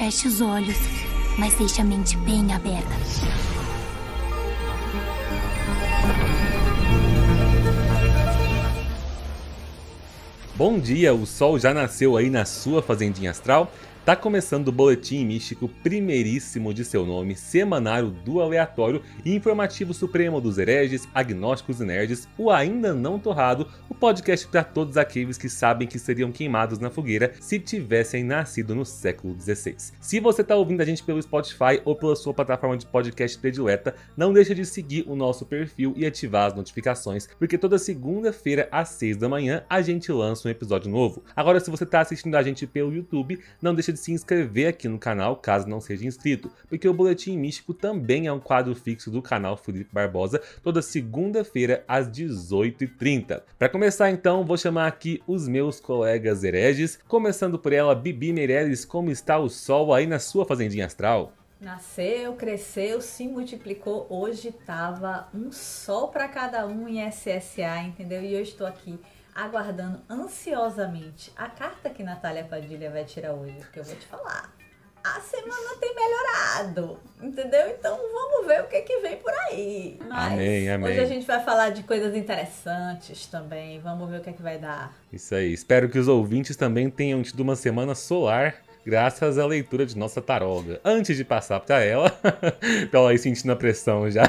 Feche os olhos, mas deixe a mente bem aberta. Bom dia, o sol já nasceu aí na sua fazendinha astral? Tá começando o Boletim Místico primeiríssimo de seu nome, semanário do aleatório e informativo supremo dos hereges, agnósticos e nerds, o ainda não torrado, o podcast para todos aqueles que sabem que seriam queimados na fogueira se tivessem nascido no século XVI. Se você tá ouvindo a gente pelo Spotify ou pela sua plataforma de podcast predileta, não deixa de seguir o nosso perfil e ativar as notificações, porque toda segunda-feira às 6 da manhã a gente lança um episódio novo. Agora, se você tá assistindo a gente pelo YouTube, não deixa de se inscrever aqui no canal, caso não seja inscrito, porque o Boletim Místico também é um quadro fixo do canal Felipe Barbosa, toda segunda-feira às 18h30. Para começar então, vou chamar aqui os meus colegas hereges, começando por ela, Bibi Meirelles. Como está o sol aí na sua fazendinha astral? Nasceu, cresceu, se multiplicou, hoje tava um sol para cada um em SSA, entendeu? E eu estou aqui aguardando ansiosamente a carta que Natália Padilha vai tirar hoje, porque eu vou te falar, a semana tem melhorado, entendeu? Então vamos ver o que vem por aí. Mas amém. Hoje a gente vai falar de coisas interessantes também, vamos ver o que vai dar. Isso aí, espero que os ouvintes também tenham tido uma semana solar, graças à leitura de nossa taróloga. Antes de passar para ela, pra ela ir sentindo a pressão já.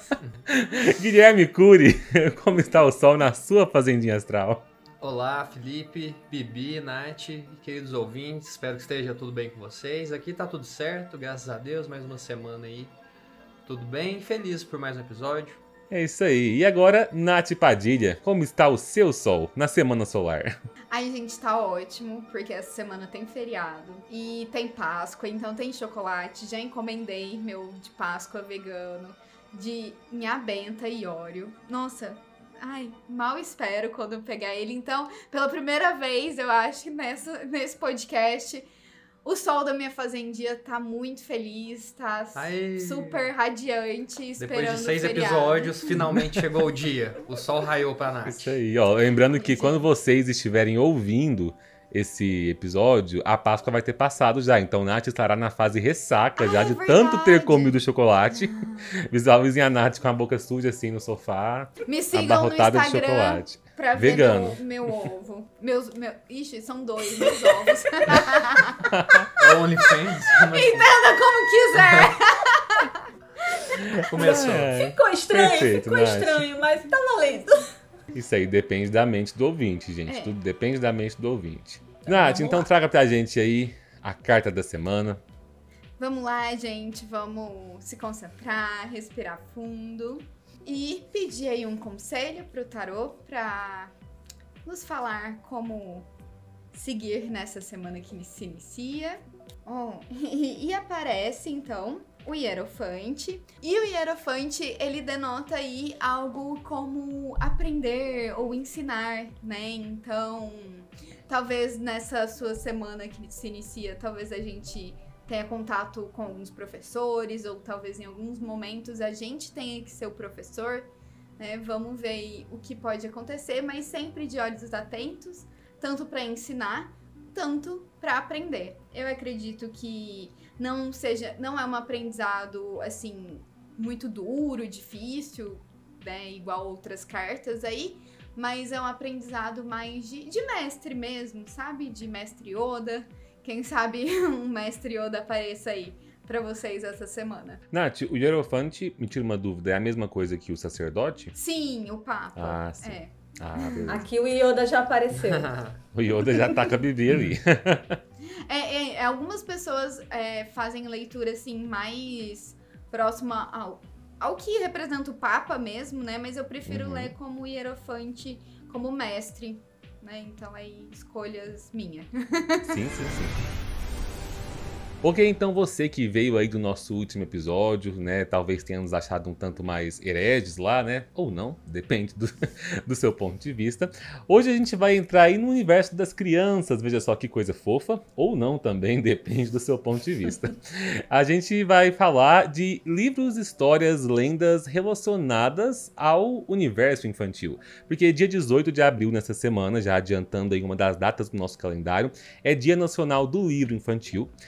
Guilherme Cury, como está o sol na sua fazendinha astral? Olá, Felipe, Bibi, Nath e queridos ouvintes, espero que esteja tudo bem com vocês. Aqui tá tudo certo, graças a Deus, mais uma semana aí, tudo bem, feliz por mais um episódio. É isso aí. E agora, Nath Padilha, como está o seu sol na semana solar? Ai, gente, tá ótimo, porque essa semana tem feriado e tem Páscoa, então tem chocolate. Já encomendei meu de Páscoa vegano, de inhabenta e Oreo. Nossa, ai, mal espero quando eu pegar ele. Então, pela primeira vez, eu acho que nesse podcast, o sol da minha fazendinha tá muito feliz, tá super radiante, esperando depois de 6 o feriado. episódios, finalmente chegou o dia. O sol raiou pra Nath. Isso aí, ó. Lembrando que quando vocês estiverem ouvindo esse episódio, a Páscoa vai ter passado já. Então, Nath estará na fase ressaca já de tanto ter comido chocolate. Visualizem a Nath com a boca suja assim no sofá, Me sigam abarrotada no de Instagram chocolate. pra ver Vegano. meu ovo. Ixi, são 2 meus ovos. É o OnlyFans? Entenda como quiser. Começou. Ficou estranho, Perfeito, ficou Nath. estranho, mas tá valendo. Isso aí depende da mente do ouvinte, gente. É. Tudo depende da mente do ouvinte. Nath, então traga pra gente aí a carta da semana. Vamos lá, gente. Vamos se concentrar, respirar fundo e pedir aí um conselho pro tarô pra nos falar como seguir nessa semana que se inicia. E aparece, então, o Hierofante. E o Hierofante, ele denota aí algo como aprender ou ensinar, né? Então, talvez nessa sua semana que se inicia, talvez a gente tenha contato com alguns professores, ou talvez em alguns momentos a gente tenha que ser o professor, né? Vamos ver aí o que pode acontecer, mas sempre de olhos atentos, tanto para ensinar, tanto para aprender. Eu acredito que não é um aprendizado, assim, muito duro, difícil, né, igual outras cartas aí, mas é um aprendizado mais de mestre mesmo, sabe? De mestre Yoda. Quem sabe um mestre Yoda apareça aí pra vocês essa semana. Nath, o Hierofante, me tira uma dúvida, é a mesma coisa que o sacerdote? Sim, o Papa. Ah, sim. É. Ah, beleza. Aqui o Yoda já apareceu. O Yoda já tá com a Bibi ali. Algumas pessoas fazem leitura, assim, mais próxima ao que representa o Papa mesmo, né? Mas eu prefiro ler como Hierofante, como mestre, né? Então aí, escolhas minhas. Sim. Ok, então você que veio aí do nosso último episódio, né, talvez tenha nos achado um tanto mais hereges lá, né, ou não, depende do seu ponto de vista. Hoje a gente vai entrar aí no universo das crianças, veja só que coisa fofa, ou não também, depende do seu ponto de vista. A gente vai falar de livros, histórias, lendas relacionadas ao universo infantil, porque dia 18 de abril nessa semana, já adiantando aí uma das datas do nosso calendário, é Dia Nacional do Livro Infantil. Aqui no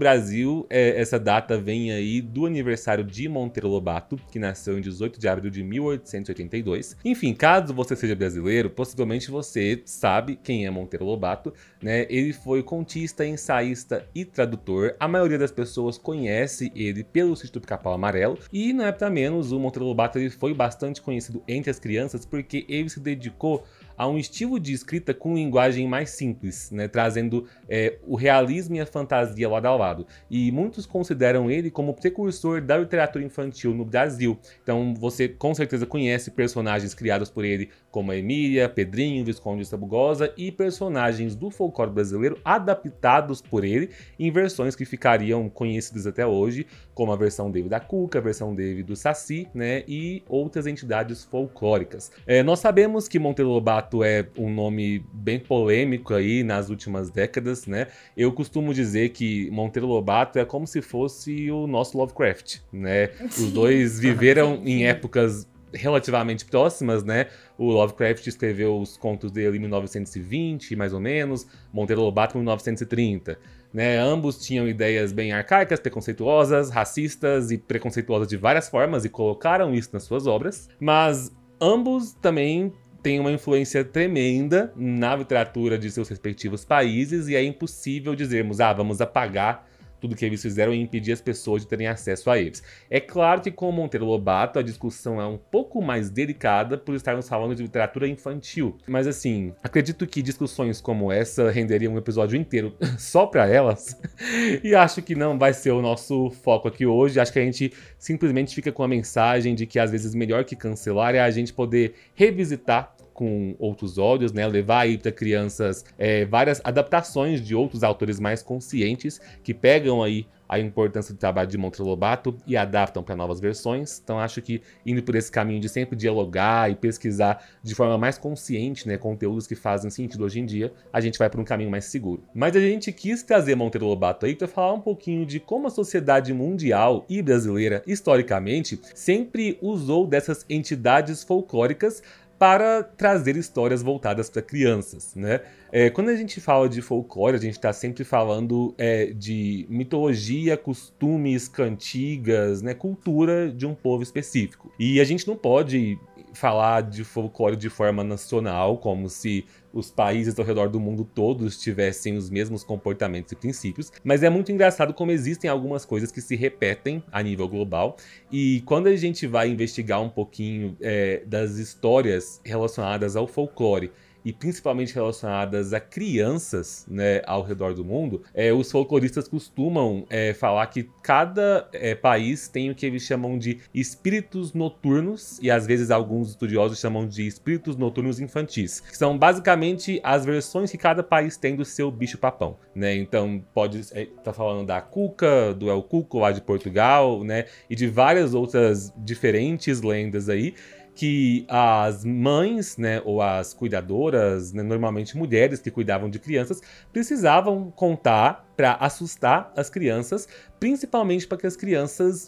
Brasil, essa data vem aí do aniversário de Monteiro Lobato, que nasceu em 18 de abril de 1882. Enfim, caso você seja brasileiro, possivelmente você sabe quem é Monteiro Lobato, né? Ele foi contista, ensaísta e tradutor. A maioria das pessoas conhece ele pelo Sítio do Pica-Pau Amarelo. E não é pra menos, o Monteiro Lobato ele foi bastante conhecido entre as crianças porque ele se dedicou a um estilo de escrita com linguagem mais simples, né, trazendo o realismo e a fantasia lado a lado. E muitos consideram ele como o precursor da literatura infantil no Brasil. Então você com certeza conhece personagens criados por ele, como a Emília, Pedrinho, Visconde de Sabugosa, e personagens do folclore brasileiro adaptados por ele em versões que ficariam conhecidas até hoje, como a versão dele da Cuca, a versão dele do Saci, né, e outras entidades folclóricas. Nós sabemos que Monteiro Lobato é um nome bem polêmico aí nas últimas décadas, né? Eu costumo dizer que Monteiro Lobato é como se fosse o nosso Lovecraft, né? Os dois viveram em épocas relativamente próximas, né? O Lovecraft escreveu os contos dele em 1920, mais ou menos, Monteiro Lobato em 1930. Né, ambos tinham ideias bem arcaicas, preconceituosas, racistas e preconceituosas de várias formas e colocaram isso nas suas obras, mas ambos também têm uma influência tremenda na literatura de seus respectivos países e é impossível dizermos, vamos apagar tudo que eles fizeram e impedir as pessoas de terem acesso a eles. É claro que com Monteiro Lobato a discussão é um pouco mais delicada por estarmos falando de literatura infantil. Mas assim, acredito que discussões como essa renderiam um episódio inteiro só pra elas. E acho que não vai ser o nosso foco aqui hoje. Acho que a gente simplesmente fica com a mensagem de que às vezes melhor que cancelar é a gente poder revisitar com outros olhos, né? Levar aí para crianças várias adaptações de outros autores mais conscientes que pegam aí a importância do trabalho de Monteiro Lobato e adaptam para novas versões. Então acho que indo por esse caminho de sempre dialogar e pesquisar de forma mais consciente, né, conteúdos que fazem sentido hoje em dia, a gente vai por um caminho mais seguro. Mas a gente quis trazer Monteiro Lobato aí para falar um pouquinho de como a sociedade mundial e brasileira, historicamente, sempre usou dessas entidades folclóricas para trazer histórias voltadas para crianças, né? Quando a gente fala de folclore, a gente está sempre falando de mitologia, costumes, cantigas, né? Cultura de um povo específico. E a gente não pode falar de folclore de forma nacional, como se os países ao redor do mundo todos tivessem os mesmos comportamentos e princípios, mas é muito engraçado como existem algumas coisas que se repetem a nível global, e quando a gente vai investigar um pouquinho das histórias relacionadas ao folclore, e principalmente relacionadas a crianças, né, ao redor do mundo, os folcloristas costumam falar que cada país tem o que eles chamam de espíritos noturnos, e às vezes alguns estudiosos chamam de espíritos noturnos infantis, que são basicamente as versões que cada país tem do seu bicho-papão, né? Então pode estar falando da Cuca, do El Cuco lá de Portugal, né, e de várias outras diferentes lendas aí, que as mães, né, ou as cuidadoras, né, normalmente mulheres que cuidavam de crianças, precisavam contar para assustar as crianças, principalmente para que as crianças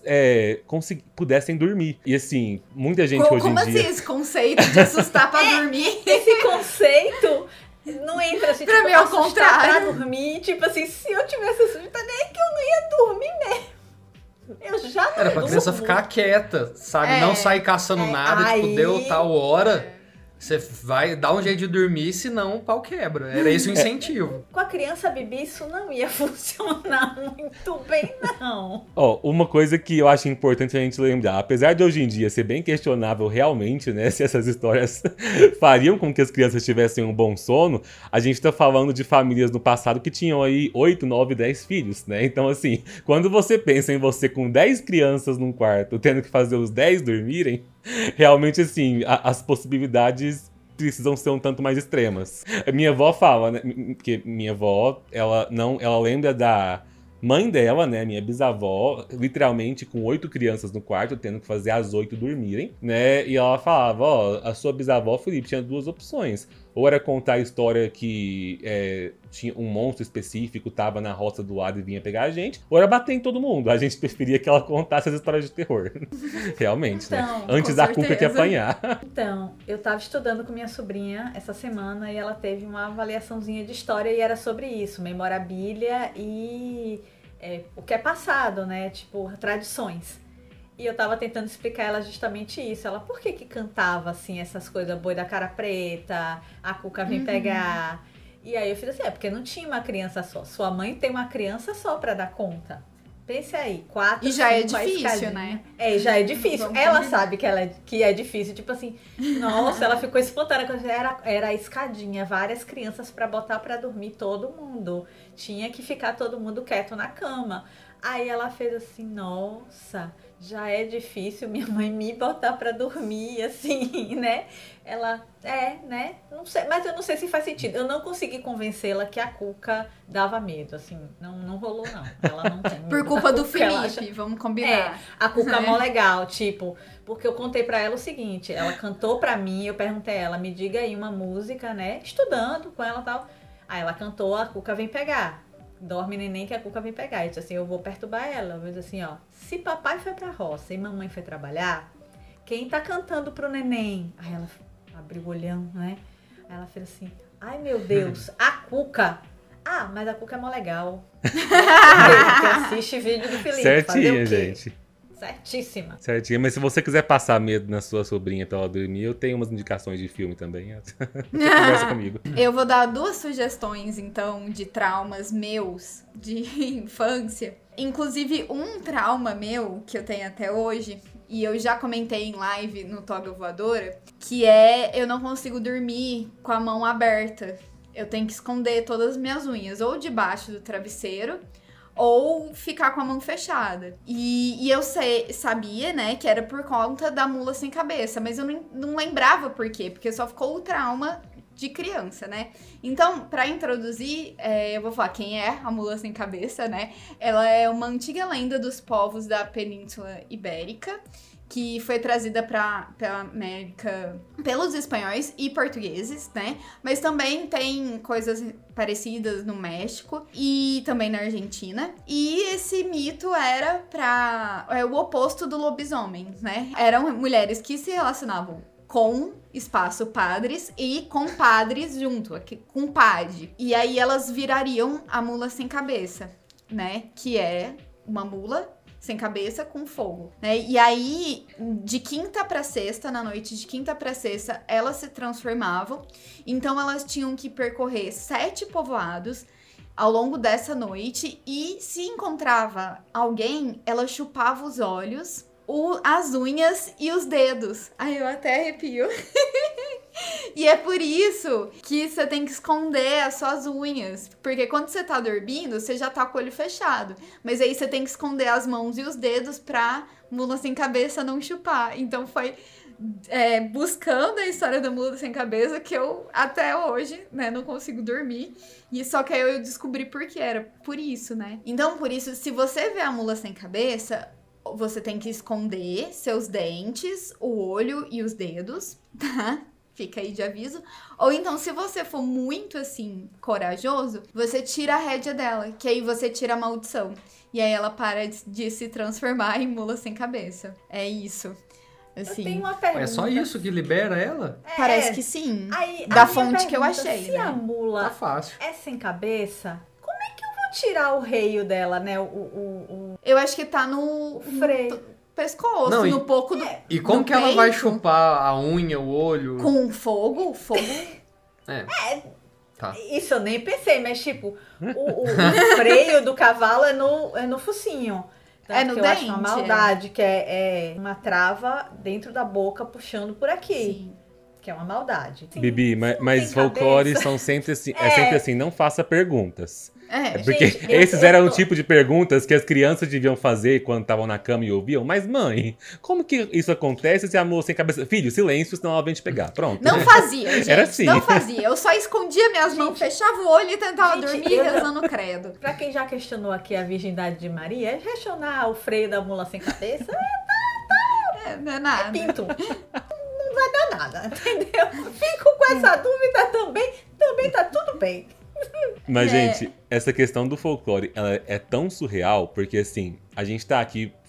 pudessem dormir. E assim, muita gente hoje em dia... Como assim esse conceito de assustar para dormir? Esse conceito... Não entra assim, pra tipo, mim, ao assustar contrário. pra dormir. Tipo assim, se eu tivesse assustada, é que eu não ia dormir mesmo. Eu já não Era pra criança durmo. ficar quieta, sabe? Não sair caçando nada, tipo, aí- deu tal hora, você vai dar um jeito de dormir, senão o pau quebra. Era esse o incentivo. Com a criança Bibi, isso não ia funcionar muito bem, não. Ó, uma coisa que eu acho importante a gente lembrar, apesar de hoje em dia ser bem questionável realmente, né, se essas histórias fariam com que as crianças tivessem um bom sono, a gente tá falando de famílias no passado que tinham aí 8, 9, 10 filhos, né? Então assim, quando você pensa em você com 10 crianças num quarto, tendo que fazer os 10 dormirem, realmente assim, as possibilidades precisam ser um tanto mais extremas. Minha avó fala, né, que minha avó, ela lembra da mãe dela, né, minha bisavó, literalmente com 8 crianças no quarto, tendo que fazer as 8 dormirem, né, e ela falava, ó, a sua bisavó, Felipe, tinha 2 opções. Ou era contar a história que tinha um monstro específico, tava na roça do lado e vinha pegar a gente, ou era bater em todo mundo. A gente preferia que ela contasse as histórias de terror. Realmente, Então, né? Antes com da Cuca que certeza. apanhar. Então, eu tava estudando com minha sobrinha essa semana e ela teve uma avaliaçãozinha de história e era sobre isso, memorabilia e o que é passado, né? Tipo, tradições. E eu tava tentando explicar a ela justamente isso. Ela, por que que cantava, assim, essas coisas, boi da cara preta, a Cuca vem pegar. E aí eu fiz assim, porque não tinha uma criança só. Sua mãe tem uma criança só pra dar conta. Pense aí, 4, E já é 5, a difícil, escadinha. né? Já é difícil. Vamos Ela combinar. sabe que é difícil. Tipo assim, nossa, ela ficou espontânea. Quando era a escadinha, várias crianças pra botar pra dormir todo mundo. Tinha que ficar todo mundo quieto na cama. Aí ela fez assim, nossa, já é difícil minha mãe me botar pra dormir, assim, né? Ela, né? Não sei, mas eu não sei se faz sentido. Eu não consegui convencê-la que a Cuca dava medo, assim. Não rolou, não. Ela não tem medo Por da culpa do Cuca, ela Felipe, acha- vamos combinar. a Cuca é mó legal, tipo, porque eu contei pra ela o seguinte, ela cantou pra mim, eu perguntei a ela, me diga aí uma música, né? Estudando com ela e tal. Aí ela cantou, a Cuca vem pegar. Dorme neném que a Cuca vem pegar. E disse assim, eu vou perturbar ela. Eu disse assim, ó, se papai foi pra roça e mamãe foi trabalhar, quem tá cantando pro neném? Aí ela abriu o olhão, né? Aí ela fez assim, ai meu Deus, a Cuca. Ah, mas a Cuca é mó legal. Que assiste vídeo do Felipe. fazer Certinha, o quê? gente. Certíssima. Certinho, mas se você quiser passar medo na sua sobrinha pra ela dormir, eu tenho umas indicações de filme também. Você conversa comigo. Eu vou dar 2 sugestões, então, de traumas meus de infância. Inclusive, um trauma meu, que eu tenho até hoje, e eu já comentei em live no Toga Voadora, que é eu não consigo dormir com a mão aberta. Eu tenho que esconder todas as minhas unhas, ou debaixo do travesseiro, ou ficar com a mão fechada. E eu sabia, né, que era por conta da mula sem cabeça, mas eu não lembrava por quê, porque só ficou o trauma de criança, né? Então, pra introduzir, eu vou falar quem é a mula sem cabeça, né? Ela é uma antiga lenda dos povos da Península Ibérica, que foi trazida pela América pelos espanhóis e portugueses, né? Mas também tem coisas parecidas no México e também na Argentina. E esse mito era o oposto do lobisomem, né? Eram mulheres que se relacionavam com espaço padres e com padres junto, com pade. E aí elas virariam a mula sem cabeça, né? Que é uma mula sem cabeça com fogo, né? E aí, de quinta pra sexta, na noite de quinta pra sexta, elas se transformavam. Então, elas tinham que percorrer 7 povoados ao longo dessa noite. E se encontrava alguém, ela chupava os olhos, as unhas e os dedos. Ai, eu até arrepio. E é por isso que você tem que esconder as suas unhas. Porque quando você tá dormindo, você já tá com o olho fechado. Mas aí você tem que esconder as mãos e os dedos pra mula sem cabeça não chupar. Então foi buscando a história da mula sem cabeça que eu, até hoje, né, não consigo dormir. E só que aí eu descobri por que era por isso, né? Então, por isso, se você vê a mula sem cabeça, você tem que esconder seus dentes, o olho e os dedos, tá? Fica aí de aviso. Ou então, se você for muito, assim, corajoso, você tira a rédea dela, que aí você tira a maldição. E aí ela para de se transformar em mula sem cabeça. É isso. Assim, Eu tenho uma pergunta. É só isso que libera ela? parece que sim. Aí, Da a minha fonte que eu pergunta, achei, se né? a mula Tá fácil. é sem cabeça, como é que eu vou tirar o reio dela, né? Eu acho que tá no freio. pescoço, Não, no pouco do... E como no que ela vai peito, chupar a unha, o olho? Com fogo, Tá. Isso eu nem pensei, mas tipo, o freio do cavalo é no focinho. Tanto É no que eu acho uma dente, maldade, que é uma trava dentro da boca puxando por aqui. Sim. Que é uma maldade. Sim, Bibi, se não mas tem folclores cabeça- são sempre assim. É sempre assim, não faça perguntas. É, Porque Gente, eu- esses eu eram o tô- tipo de perguntas que as crianças deviam fazer quando estavam na cama e ouviam. Mas, mãe, como que isso acontece se a moça sem cabeça... Filho, silêncio, senão ela vem te pegar. Pronto. não fazia, gente. Era assim. Não fazia. Eu só escondia minhas mãos, fechava o olho e tentava Gente, dormir eu- rezando credo. Pra quem já questionou aqui a virgindade de Maria, é questionar o freio da mula sem cabeça, Não é nada. pinto. Não vai dar nada, entendeu? Fico com essa dúvida também tá tudo bem. Mas, É. gente, essa questão do folclore, ela é tão surreal, porque, assim, a gente tá aqui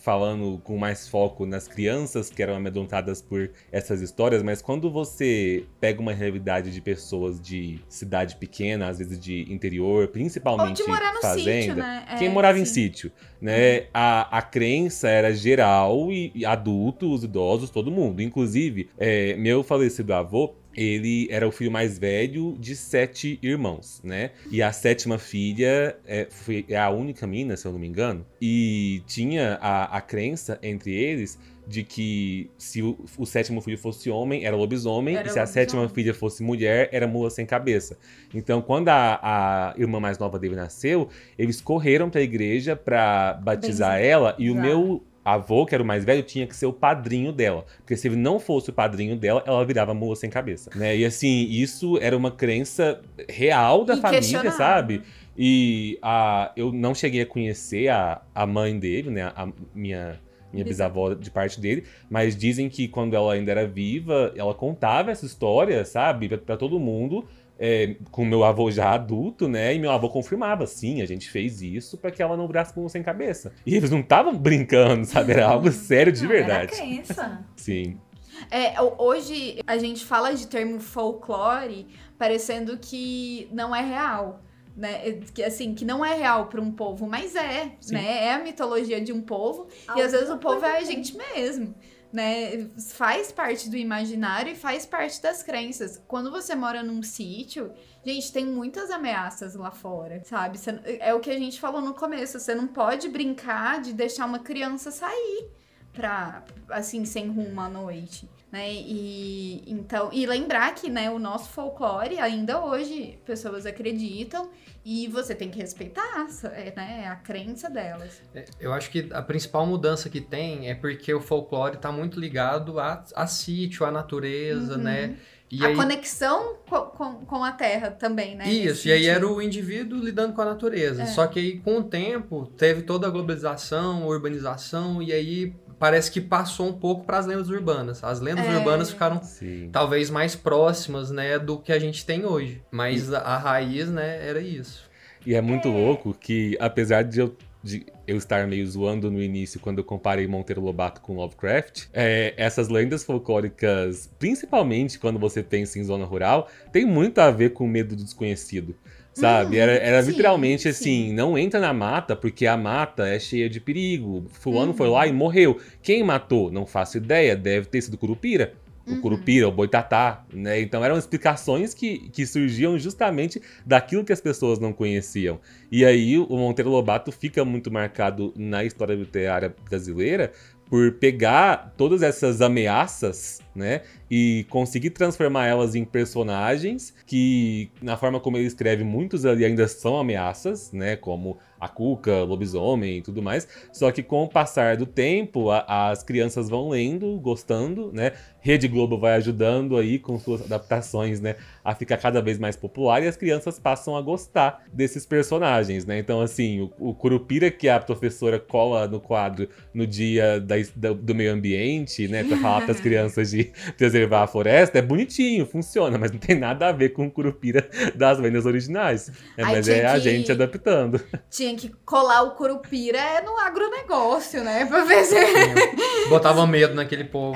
falando com mais foco nas crianças que eram amedrontadas por essas histórias, mas quando você pega uma realidade de pessoas de cidade pequena, às vezes de interior, principalmente Ou de morar no fazenda, sítio, né? quem morava em sim. sítio, né? A crença era geral e adultos, idosos, todo mundo. Inclusive, meu falecido avô, ele era o filho mais velho de 7 irmãos, né? E a 7ª filha foi a única menina, se eu não me engano. E tinha a crença entre eles de que se o 7º filho fosse homem, era lobisomem. Era e se a lobisomem. 7ª filha fosse mulher, era mula sem cabeça. Então, quando a irmã mais nova dele nasceu, eles correram pra igreja pra batizar ela. E o meu avô, que era o mais velho, tinha que ser o padrinho dela. Porque se ele não fosse o padrinho dela, ela virava mula sem cabeça, né? E assim, isso era uma crença real da família, Inquestionável. sabe? E eu não cheguei a conhecer a mãe dele, né? A minha bisavó de parte dele, mas dizem que quando ela ainda era viva, ela contava essa história, sabe? Pra todo mundo. Com meu avô já adulto, né? E meu avô confirmava, sim, a gente fez isso pra que ela não virasse mula sem cabeça. E eles não estavam brincando, sabe? Era algo sério de verdade. Era crença. Sim. Hoje a gente fala de termo folclore parecendo que não é real. Né? Que não é real para um povo, mas né? É a mitologia de um povo e às vezes o povo é a gente mesmo, né? Faz parte do imaginário e faz parte das crenças. Quando você mora num sítio, gente, tem muitas ameaças lá fora, sabe? É o que a gente falou no começo, você não pode brincar de deixar uma criança sair assim, sem rumo à noite, né? E lembrar que, né, o nosso folclore, ainda hoje, pessoas acreditam e você tem que respeitar, né, a crença delas. Eu acho que a principal mudança que tem é porque o folclore tá muito ligado a sítio, à natureza, né? E a aí, conexão com a terra também, né? isso, e aí era o indivíduo lidando com a natureza. Só que aí, com o tempo, teve toda a globalização, a urbanização, e aí parece que passou um pouco para as lendas urbanas. As lendas urbanas ficaram talvez mais próximas, né, do que a gente tem hoje. Mas a raiz, né, era isso. E é muito louco que, apesar de eu estar meio zoando no início quando eu comparei Monteiro Lobato com Lovecraft, essas lendas folclóricas, principalmente quando você pensa em zona rural, tem muito a ver com o medo do desconhecido. Sabe? Era literalmente assim, não entra na mata porque a mata é cheia de perigo. Fulano foi lá e morreu. Quem matou? Não faço ideia, deve ter sido Curupira. O Curupira, o Boitatá, né? Então eram explicações que surgiam justamente daquilo que as pessoas não conheciam. E aí o Monteiro Lobato fica muito marcado na história literária brasileira por pegar todas essas ameaças, né, e conseguir transformar elas em personagens que, na forma como ele escreve, muitos ali ainda são ameaças, né, como a Cuca, lobisomem e tudo mais, só que com o passar do tempo, as crianças vão lendo, gostando, né, Rede Globo vai ajudando aí com suas adaptações, né, a ficar cada vez mais popular e as crianças passam a gostar desses personagens, né, então assim, o Curupira que a professora cola no quadro no dia do meio ambiente, né, pra falar pras crianças de preservar a floresta, é bonitinho, funciona, mas não tem nada a ver com o Curupira das lendas originais, mas é a gente adaptando. Tinha que colar o Curupira no agronegócio, né, pra ver se... Botava medo naquele povo.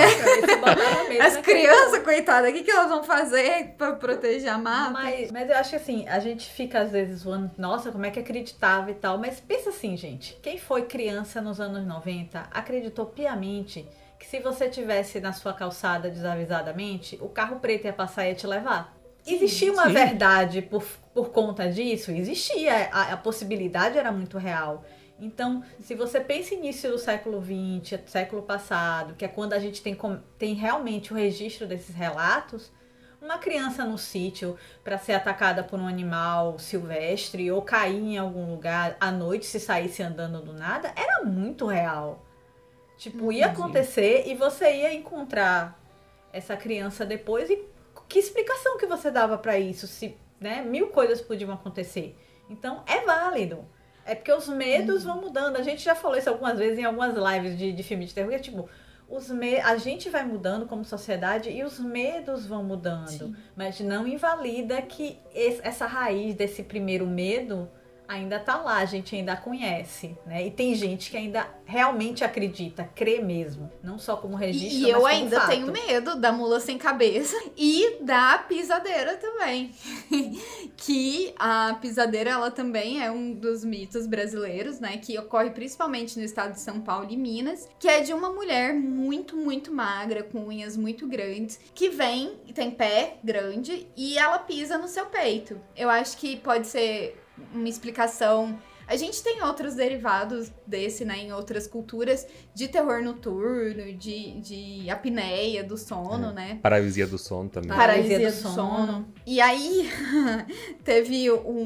As crianças, coitadas, o que elas vão fazer pra proteger a mata? Mas eu acho que assim, a gente fica às vezes zoando, nossa, como é que acreditava e tal, mas pensa assim, gente, quem foi criança nos anos 90 acreditou piamente que se você tivesse na sua calçada desavisadamente, o carro preto ia passar e ia te levar. Existia uma verdade por conta disso? Existia, a possibilidade era muito real. Então, se você pensa em início do século XX, século passado, que é quando a gente tem realmente o registro desses relatos, uma criança no sítio para ser atacada por um animal silvestre ou cair em algum lugar à noite se saísse andando do nada, era muito real. Tipo, ia acontecer e você ia encontrar essa criança depois e que explicação que você dava para isso? Se, né, 1000 coisas podiam acontecer. Então, é válido. É porque os medos vão mudando. A gente já falou isso algumas vezes em algumas lives de filme de terror. Que é tipo, a gente vai mudando como sociedade e os medos vão mudando. Sim. Mas não invalida que essa raiz desse primeiro medo ainda tá lá, a gente ainda conhece, né? E tem gente que ainda realmente acredita, crê mesmo, não só como registro, E mas eu como ainda fato. tenho medo da mula sem cabeça e da pisadeira também. Que a pisadeira, ela também é um dos mitos brasileiros, né? Que ocorre principalmente no estado de São Paulo e Minas, que é de uma mulher muito, muito magra, com unhas muito grandes, que vem, tem pé grande e ela pisa no seu peito. Eu acho que pode ser uma explicação. A gente tem outros derivados desse, né, em outras culturas, de terror noturno, de apneia do sono, né? Paralisia do sono também. Paralisia do sono. E aí, teve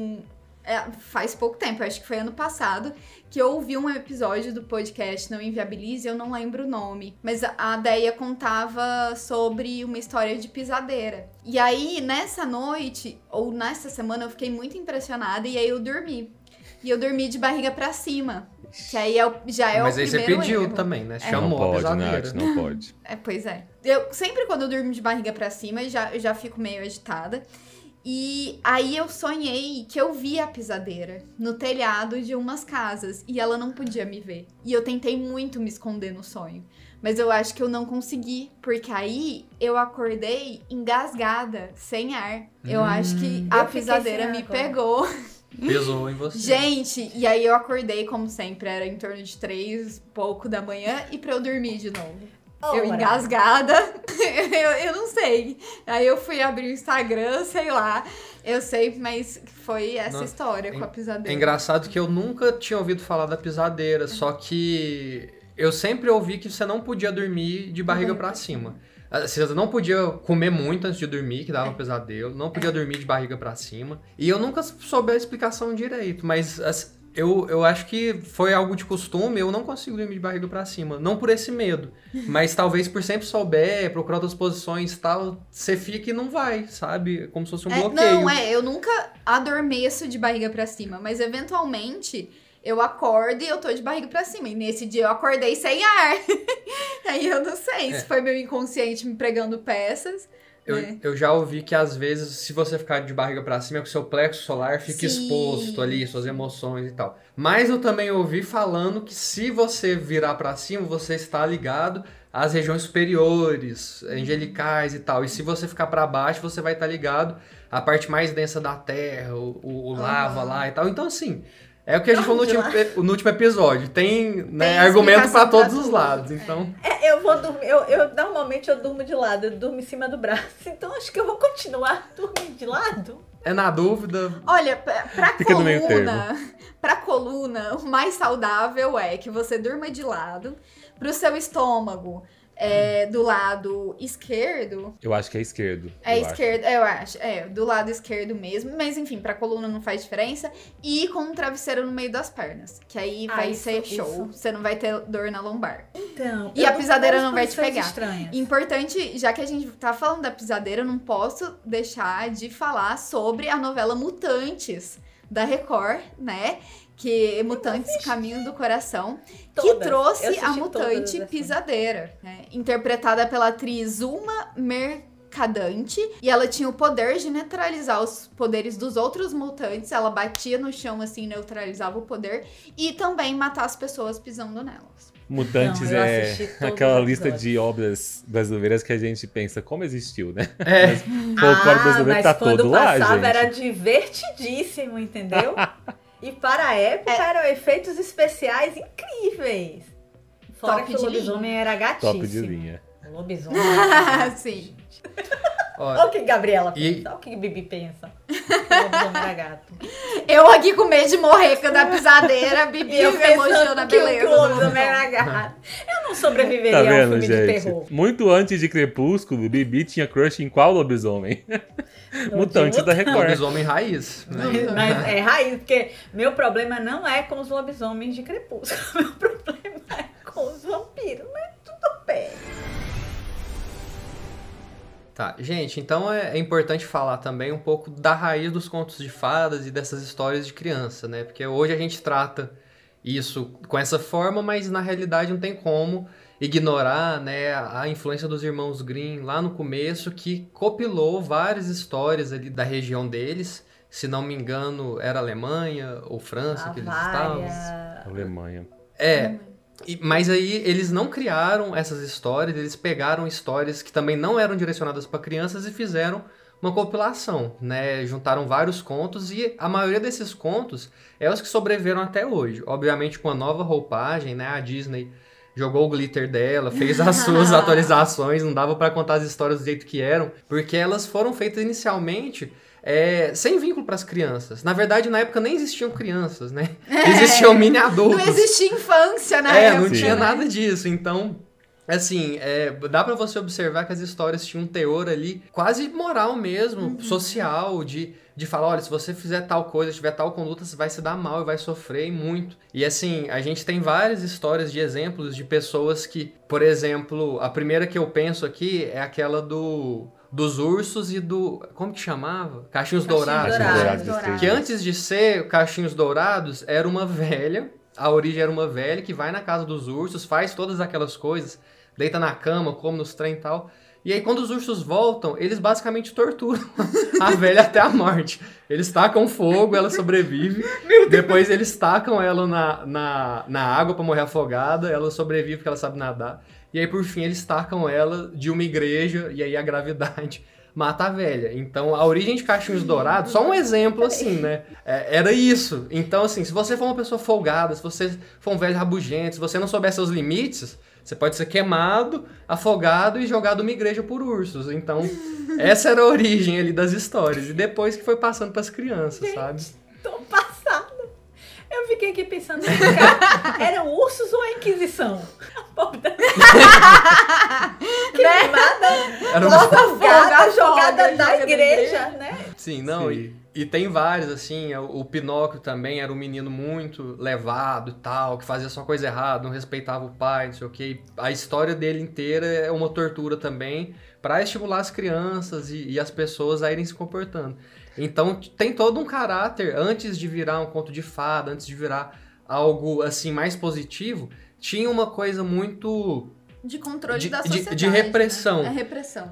faz pouco tempo, acho que foi ano passado, que eu ouvi um episódio do podcast Não Inviabilize, eu não lembro o nome, mas a Deia contava sobre uma história de pisadeira. E aí, nessa noite, ou nessa semana, eu fiquei muito impressionada e aí eu dormi. E eu dormi de barriga pra cima. Que aí já é o primeiro erro. Mas aí você pediu também, né? Chamou Não pode, a pisadeira. Nath, não pode. Pois é. Eu, sempre quando eu durmo de barriga pra cima, eu já fico meio agitada. E aí eu sonhei que eu via a pisadeira no telhado de umas casas e ela não podia me ver. E eu tentei muito me esconder no sonho. Mas eu acho que eu não consegui, porque aí eu acordei engasgada, sem ar. Eu acho que a pisadeira me pegou. Pesou em você. Gente, e aí eu acordei, como sempre, era em torno de 3 pouco da manhã e pra eu dormir de novo. Eu engasgada, eu não sei. Aí eu fui abrir o Instagram, sei lá. Eu sei, mas foi essa história com a pisadeira. É engraçado que eu nunca tinha ouvido falar da pisadeira, só que eu sempre ouvi que você não podia dormir de barriga pra cima. Você não podia comer muito antes de dormir, que dava pesadelo. Não podia dormir de barriga pra cima. E eu nunca soube a explicação direito, mas eu acho que foi algo de costume. Eu não consigo dormir de barriga pra cima. Não por esse medo, mas talvez por sempre souber, procurar outras posições e tal, você fica e não vai, sabe? Como se fosse um bloqueio. Não, eu nunca adormeço de barriga pra cima, mas eventualmente eu acordo e eu tô de barriga pra cima. E nesse dia eu acordei sem ar. Aí eu não sei se foi meu inconsciente me pregando peças. Eu já ouvi que às vezes, se você ficar de barriga pra cima, é que o seu plexo solar fica exposto ali, suas emoções e tal. Mas eu também ouvi falando que se você virar pra cima, você está ligado às regiões superiores, angelicais e tal. E se você ficar pra baixo, você vai estar ligado à parte mais densa da Terra, o lava lá e tal. Então, assim, é o que a gente falou no último episódio. Tem, né, argumento pra todos os lados, então... Eu vou dormir, normalmente eu durmo de lado, eu durmo em cima do braço, então acho que eu vou continuar dormindo de lado. É na dúvida... Olha, pra coluna, o mais saudável é que você durma de lado, pro seu estômago... do lado esquerdo. Eu acho que é esquerdo. Eu acho. Do lado esquerdo mesmo. Mas enfim, pra coluna não faz diferença. E com um travesseiro no meio das pernas. Que aí vai ser show. Você não vai ter dor na lombar. Então. E a pisadeira não vai te pegar. Estranhas. Importante, já que a gente tá falando da pisadeira, eu não posso deixar de falar sobre a novela Mutantes da Record, né? Que Mutantes Caminho do Coração, que trouxe a mutante pisadeira, né? Interpretada pela atriz Uma Mercadante, e ela tinha o poder de neutralizar os poderes dos outros mutantes. Ela batia no chão assim, neutralizava o poder, e também matar as pessoas pisando nelas. Mutantes aquela lista de obras brasileiras que a gente pensa como existiu, né? Mas folclore brasileiro tá todo lá, gente. Mas quando passava era divertidíssimo, entendeu? E para a época eram efeitos especiais incríveis. Fora que o lobisomem era gatíssimo. Top de linha. O lobisomem era Sim. Olha o que Gabriela pensa, olha o que Bibi pensa. O lobisomem era gato. Eu aqui com medo de morrer com a pisadeira, Bibi elogiando a beleza. O lobisomem era gato. Eu não sobreviveria a um filme de terror. Muito antes de Crepúsculo, Bibi tinha crush em qual lobisomem? Mutantes da Record. Lobisomem raiz. Né? Mas é raiz, porque meu problema não é com os lobisomens de Crepúsculo. Meu problema é com os vampiros, mas tudo bem. Tá, gente, então é importante falar também um pouco da raiz dos contos de fadas e dessas histórias de criança, né? Porque hoje a gente trata isso com essa forma, mas na realidade não tem como ignorar, né, a influência dos irmãos Grimm lá no começo, que compilou várias histórias ali da região deles, se não me engano, era Alemanha ou França que eles Bavária. estavam. Alemanha. Mas aí eles não criaram essas histórias, eles pegaram histórias que também não eram direcionadas para crianças e fizeram uma compilação, né? Juntaram vários contos e a maioria desses contos é os que sobreviveram até hoje. Obviamente com a nova roupagem, né? A Disney jogou o glitter dela, fez as suas atualizações, não dava para contar as histórias do jeito que eram, porque elas foram feitas inicialmente sem vínculo para as crianças. Na verdade, na época nem existiam crianças, né? Existiam mini adultos. Não existia infância na época. Não tinha nada disso. Então, assim, dá pra você observar que as histórias tinham um teor ali quase moral mesmo, social, de falar, olha, se você fizer tal coisa, tiver tal conduta, você vai se dar mal e vai sofrer e muito. E assim, a gente tem várias histórias de exemplos de pessoas que, por exemplo, a primeira que eu penso aqui é aquela dos ursos e como que chamava? Cachinhos Dourados. Que antes de ser Cachinhos Dourados, era uma velha, a origem era uma velha que vai na casa dos ursos, faz todas aquelas coisas, deita na cama, come nos trem e tal. E aí, quando os ursos voltam, eles basicamente torturam a velha até a morte. Eles tacam fogo, ela sobrevive. Depois eles tacam ela na água pra morrer afogada, ela sobrevive porque ela sabe nadar. E aí, por fim, eles tacam ela de uma igreja, e aí a gravidade mata a velha. Então, a origem de Cachinhos Dourados, só um exemplo assim, né? Era isso. Então, assim, se você for uma pessoa folgada, se você for um velho rabugento, se você não souber seus limites, você pode ser queimado, afogado e jogado numa igreja por ursos. Então, essa era a origem ali das histórias. E depois que foi passando pras crianças, sabe? Tô passada. Eu fiquei aqui pensando, eram ursos ou a Inquisição? Queimada, afogada, jogada da igreja, né? Sim, não, Sim. E tem vários, assim, o Pinóquio também era um menino muito levado e tal, que fazia só coisa errada, não respeitava o pai, não sei o quê. A história dele inteira é uma tortura também, para estimular as crianças e as pessoas a irem se comportando. Então tem todo um caráter, antes de virar um conto de fada, antes de virar algo assim mais positivo, tinha uma coisa muito de controle da sociedade, de repressão. Né? É repressão.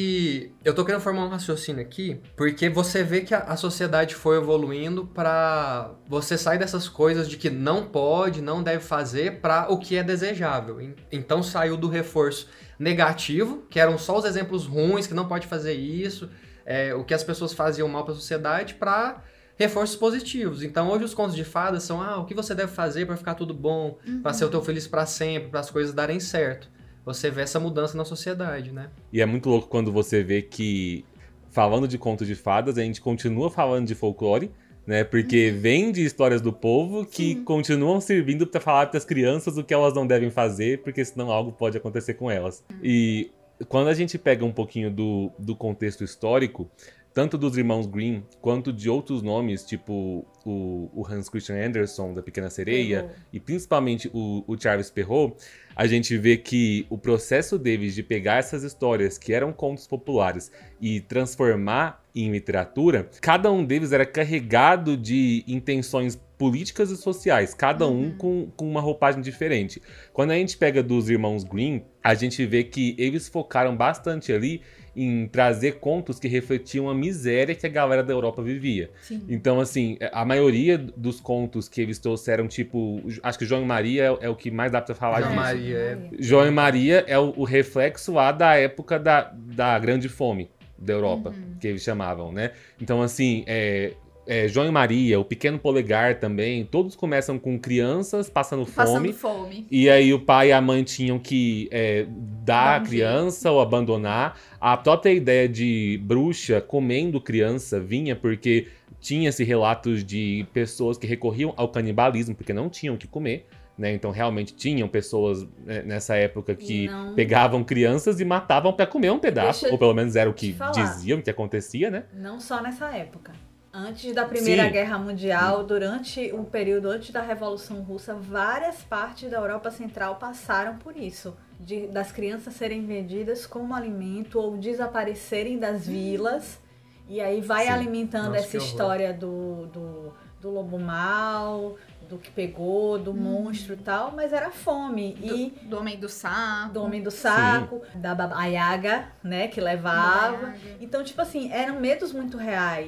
E eu tô querendo formar um raciocínio aqui, porque você vê que a sociedade foi evoluindo pra você sair dessas coisas de que não pode, não deve fazer, pra o que é desejável. Então saiu do reforço negativo, que eram só os exemplos ruins, que não pode fazer isso, o que as pessoas faziam mal pra sociedade, pra reforços positivos. Então hoje os contos de fadas são o que você deve fazer pra ficar tudo bom, pra ser o teu feliz pra sempre, para as coisas darem certo. Você vê essa mudança na sociedade, né? E é muito louco quando você vê que, falando de contos de fadas, a gente continua falando de folclore, né? Porque vem de histórias do povo que continuam servindo para falar para as crianças o que elas não devem fazer, porque senão algo pode acontecer com elas. E quando a gente pega um pouquinho do contexto histórico, tanto dos irmãos Grimm, quanto de outros nomes, tipo o Hans Christian Andersen, da Pequena Sereia, e principalmente o Charles Perrault, a gente vê que o processo deles de pegar essas histórias que eram contos populares e transformar em literatura, cada um deles era carregado de intenções políticas e sociais, cada um com uma roupagem diferente. Quando a gente pega dos irmãos Grimm, a gente vê que eles focaram bastante ali em trazer contos que refletiam a miséria que a galera da Europa vivia. Sim. Então, assim, a maioria dos contos que eles trouxeram, tipo, acho que João e Maria é o que mais dá pra falar disso. João e Maria é o reflexo lá da época da Grande Fome da Europa, que eles chamavam, né? Então, assim, João e Maria, o Pequeno Polegar também, todos começam com crianças passando fome. E aí o pai e a mãe tinham que dar a criança ou abandonar. A própria ideia de bruxa comendo criança vinha porque tinha-se relatos de pessoas que recorriam ao canibalismo porque não tinham o que comer. Né? Então realmente tinham pessoas nessa época que pegavam crianças e matavam para comer um pedaço, ou pelo menos era o que diziam que acontecia, né? Não só nessa época. Antes da Primeira Guerra Mundial, durante o período antes da Revolução Russa, várias partes da Europa Central passaram por isso. Das crianças serem vendidas como alimento ou desaparecerem das vilas. E aí vai alimentando essa história do lobo mau, do que pegou, do monstro e tal, mas era fome. Do homem do saco. Do homem do saco, da Yaga, né, que levava. Então, tipo assim, eram medos muito reais.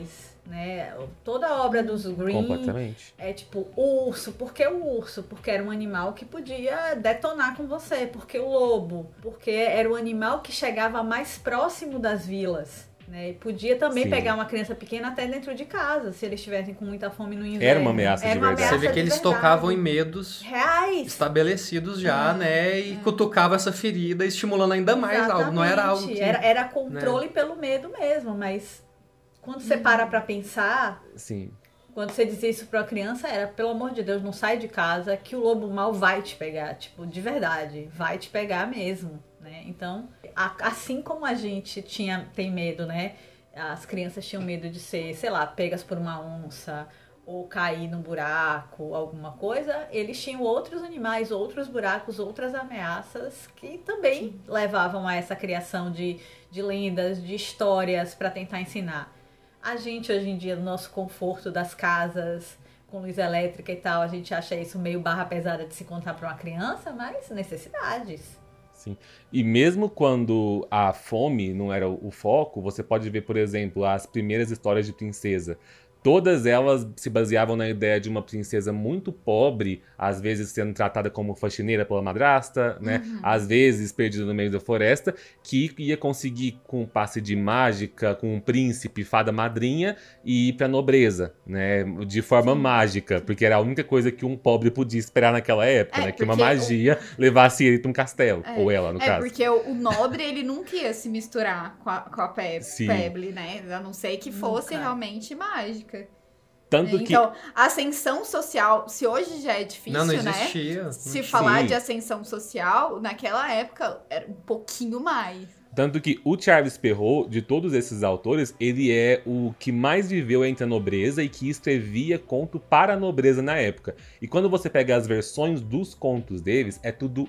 né? Toda a obra dos Grimm Completamente. é tipo, o urso. Por que o urso? Porque era um animal que podia detonar com você. Porque o lobo? Porque era o animal que chegava mais próximo das vilas. Né? E podia também Sim. pegar uma criança pequena até dentro de casa, se eles estivessem com muita fome no inverno. Era uma ameaça de verdade. Você vê que eles tocavam em medos reais estabelecidos já, né? E cutucava essa ferida, estimulando ainda mais algo. Não era algo que... Era controle pelo medo mesmo, mas quando você para pra pensar, Sim. quando você dizia isso pra uma criança, era, pelo amor de Deus, não sai de casa que o lobo mal vai te pegar, tipo, de verdade, vai te pegar mesmo, né? Então, assim como a gente tem medo, né? As crianças tinham medo de ser, sei lá, pegas por uma onça ou cair num buraco, alguma coisa, eles tinham outros animais, outros buracos, outras ameaças que também levavam a essa criação de lendas, de histórias para tentar ensinar. A gente, hoje em dia, no nosso conforto das casas, com luz elétrica e tal, a gente acha isso meio barra pesada de se contar para uma criança, mas necessidades. Sim. E mesmo quando a fome não era o foco, você pode ver, por exemplo, as primeiras histórias de princesa. Todas elas se baseavam na ideia de uma princesa muito pobre, às vezes sendo tratada como faxineira pela madrasta, né? Às vezes perdida no meio da floresta, que ia conseguir, com um passe de mágica, com um príncipe, fada madrinha, e ir pra nobreza, né? De forma mágica, porque era a única coisa que um pobre podia esperar naquela época, né? Que uma magia levasse ele pra um castelo, ou ela, no caso. Porque o nobre, ele nunca ia se misturar com a Peble, né? A não ser que fosse realmente mágica. Tanto que... Então, a ascensão social, se hoje já é difícil, não existia, né? Se falar de ascensão social, naquela época era um pouquinho mais. Tanto que o Charles Perrault, de todos esses autores, ele é o que mais viveu entre a nobreza e que escrevia conto para a nobreza na época. E quando você pega as versões dos contos deles,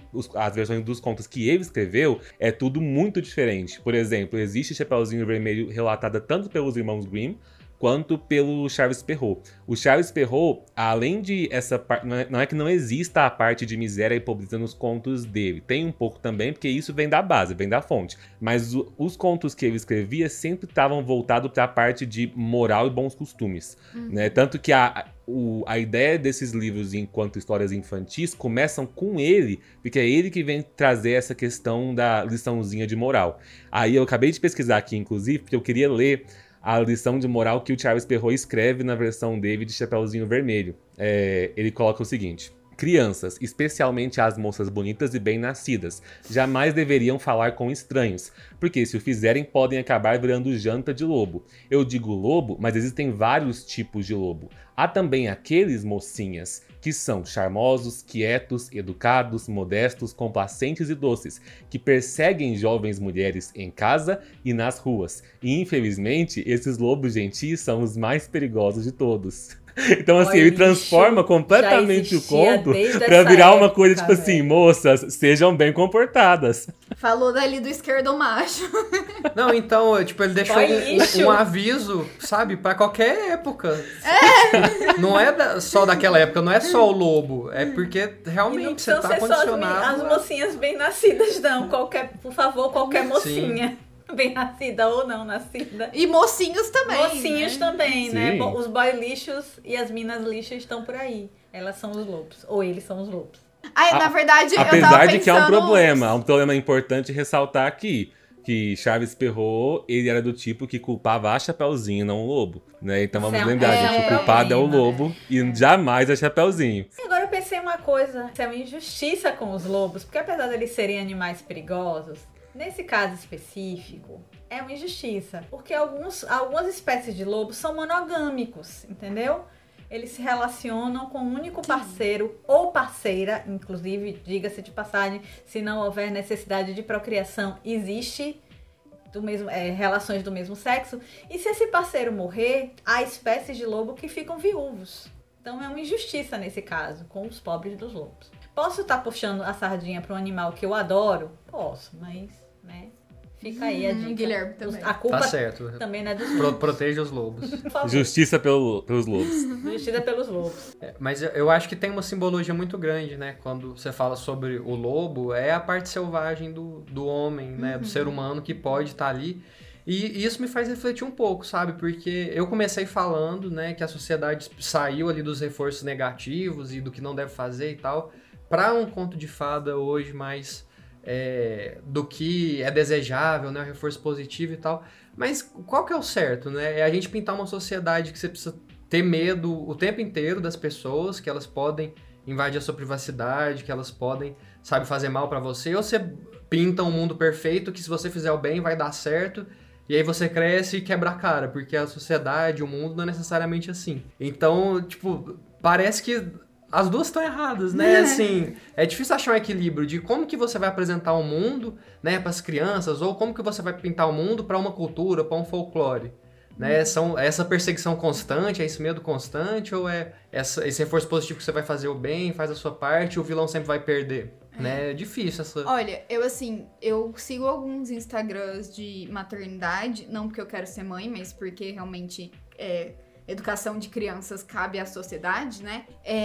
as versões dos contos que ele escreveu, é tudo muito diferente. Por exemplo, existe Chapeuzinho Vermelho relatada tanto pelos irmãos Grimm, quanto pelo Charles Perrault. O Charles Perrault, além de essa parte... Não é que não exista a parte de miséria e pobreza nos contos dele. Tem um pouco também, porque isso vem da base, vem da fonte. Mas os contos que ele escrevia sempre estavam voltados para a parte de moral e bons costumes. Né? Tanto que a ideia desses livros enquanto histórias infantis começam com ele, porque é ele que vem trazer essa questão da liçãozinha de moral. Aí eu acabei de pesquisar aqui, inclusive, porque eu queria ler a lição de moral que o Charles Perrault escreve na versão dele de Chapeuzinho Vermelho. Ele coloca o seguinte: crianças, especialmente as moças bonitas e bem-nascidas, jamais deveriam falar com estranhos, porque se o fizerem podem acabar virando janta de lobo. Eu digo lobo, mas existem vários tipos de lobo. Há também aqueles, mocinhas, que são charmosos, quietos, educados, modestos, complacentes e doces, que perseguem jovens mulheres em casa e nas ruas. E, infelizmente, esses lobos gentis são os mais perigosos de todos. Então, assim, ele transforma completamente o conto pra virar uma coisa, tipo assim, moças, sejam bem comportadas. Falou dali do esquerdomacho. Não, então, tipo, ele deixou um aviso, sabe, pra qualquer época. Não é só daquela época, não é só o lobo. É porque realmente você tá condicionado. As mocinhas bem-nascidas, não. Por favor, qualquer mocinha. Sim. Bem nascida ou não nascida. E mocinhos também. Mocinhos também, né? Os boy lixos e as minas lixas estão por aí. Elas são os lobos. Ou eles são os lobos. Na verdade, eu tava apesar de pensando... que há um problema importante ressaltar aqui. Que Charles Perrault, ele era do tipo que culpava a Chapeuzinho, não o lobo. Né? Então vamos lembrar, gente, o culpado é o lobo e jamais a Chapeuzinho. E agora eu pensei uma coisa. Isso é uma injustiça com os lobos. Porque apesar de eles serem animais perigosos, nesse caso específico, é uma injustiça, porque algumas espécies de lobos são monogâmicos, entendeu? Eles se relacionam com um único parceiro ou parceira, inclusive, diga-se de passagem, se não houver necessidade de procriação, existe relações do mesmo sexo, e se esse parceiro morrer, há espécies de lobo que ficam viúvos. Então é uma injustiça nesse caso, com os pobres dos lobos. Posso estar puxando a sardinha para um animal que eu adoro? Posso, mas, né? Fica aí a dica. Guilherme também. A culpa tá certo. Também não é dos lobos. Proteja os lobos. Justiça pelos lobos. Justiça pelos lobos. Mas eu acho que tem uma simbologia muito grande, né? Quando você fala sobre o lobo, é a parte selvagem do homem, né? Do ser humano que pode estar ali. E isso me faz refletir um pouco, sabe? Porque eu comecei falando, né, que a sociedade saiu ali dos reforços negativos e do que não deve fazer e tal, para um conto de fada hoje mais do que é desejável, né, o reforço positivo e tal. Mas qual que é o certo, né? É a gente pintar uma sociedade que você precisa ter medo o tempo inteiro das pessoas, que elas podem invadir a sua privacidade, que elas podem, sabe, fazer mal pra você, ou você pinta um mundo perfeito que se você fizer o bem vai dar certo, e aí você cresce e quebra a cara, porque a sociedade, o mundo não é necessariamente assim. Então, tipo, parece que as duas estão erradas, né? Assim, é difícil achar um equilíbrio de como que você vai apresentar o mundo, né, para as crianças, ou como que você vai pintar o mundo para uma cultura, para um folclore. Né? É essa perseguição constante, é esse medo constante, ou é esse reforço positivo que você vai fazer o bem, faz a sua parte, e o vilão sempre vai perder? Né? É difícil essa... Olha, eu sigo alguns Instagrams de maternidade, não porque eu quero ser mãe, mas porque realmente educação de crianças cabe à sociedade, né?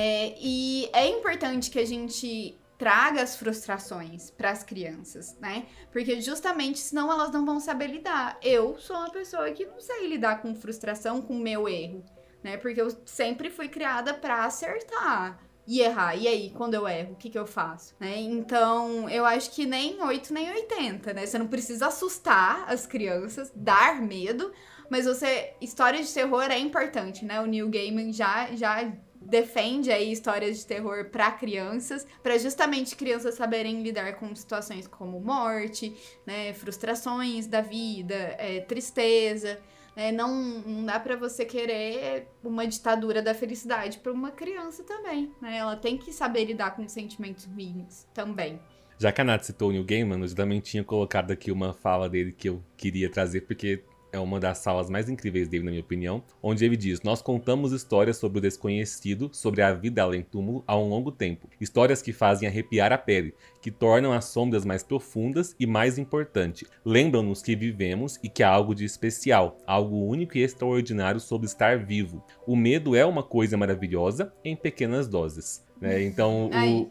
E é importante que a gente traga as frustrações para as crianças, né? Porque justamente senão elas não vão saber lidar. Eu sou uma pessoa que não sei lidar com frustração, com o meu erro, né? Porque eu sempre fui criada para acertar e errar. E aí, quando eu erro, o que eu faço? Né? Então, eu acho que nem 8 nem 80, né? Você não precisa assustar as crianças, dar medo, mas história de terror é importante, né? O Neil Gaiman já defende aí histórias de terror para crianças, para justamente crianças saberem lidar com situações como morte, né, frustrações da vida, tristeza, né, não dá para você querer uma ditadura da felicidade para uma criança também, né, ela tem que saber lidar com sentimentos ruins também. Já que a Nath citou o Neil Gaiman, eu também tinha colocado aqui uma fala dele que eu queria trazer, porque é uma das salas mais incríveis dele, na minha opinião, onde ele diz: nós contamos histórias sobre o desconhecido, sobre a vida além do túmulo há um longo tempo. Histórias que fazem arrepiar a pele, que tornam as sombras mais profundas e, mais importante, lembram-nos que vivemos e que há algo de especial, algo único e extraordinário sobre estar vivo. O medo é uma coisa maravilhosa em pequenas doses. Né? Então,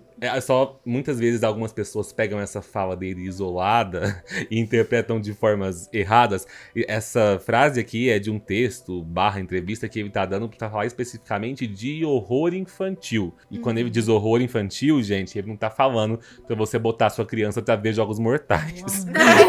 muitas vezes algumas pessoas pegam essa fala dele isolada e interpretam de formas erradas. Essa frase aqui é de um texto / entrevista que ele tá dando para falar especificamente de horror infantil. E quando ele diz horror infantil, gente, ele não tá falando pra você botar sua criança pra ver Jogos Mortais.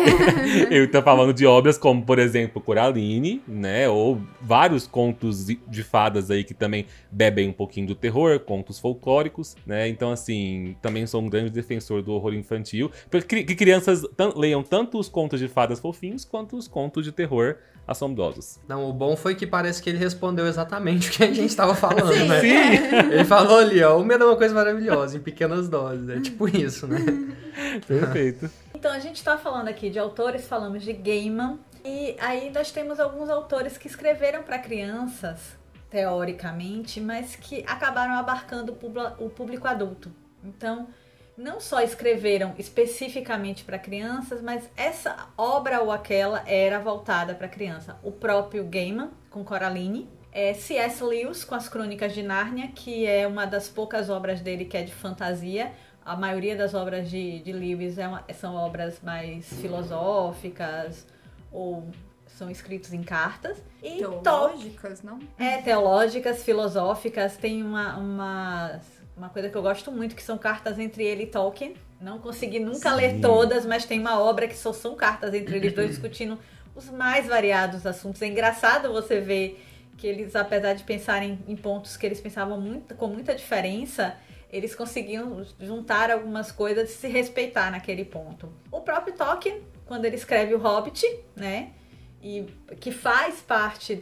Ele tá falando de obras como, por exemplo, Coraline, né? Ou vários contos de fadas aí que também bebem um pouquinho do terror, contos folclóricos, né? Então, assim, também sou um grande defensor do horror infantil. Que crianças leiam tanto os contos de fadas fofinhos quanto os contos de terror assombrosos. Não, o bom foi que parece que ele respondeu exatamente o que a gente estava falando, Sim. né? Sim. Ele falou ali, ó, o medo é uma coisa maravilhosa, em pequenas doses. É tipo isso, né? Perfeito. Então, a gente tá falando aqui de autores, falamos de Gaiman. E aí nós temos alguns autores que escreveram para crianças, teoricamente, mas que acabaram abarcando o público adulto. Então, não só escreveram especificamente para crianças, mas essa obra ou aquela era voltada para criança. O próprio Gaiman, com Coraline, C.S. Lewis, com as Crônicas de Nárnia, que é uma das poucas obras dele que é de fantasia. A maioria das obras de Lewis são obras mais filosóficas ou são escritos em cartas. E teológicas, não? Teológicas, filosóficas. Tem uma coisa que eu gosto muito, que são cartas entre ele e Tolkien. Não consegui nunca ler todas, mas tem uma obra que só são cartas entre eles dois discutindo os mais variados assuntos. É engraçado você ver que eles, apesar de pensarem em pontos que eles pensavam com muita diferença, eles conseguiam juntar algumas coisas e se respeitar naquele ponto. O próprio Tolkien, quando ele escreve o Hobbit, né? E que faz parte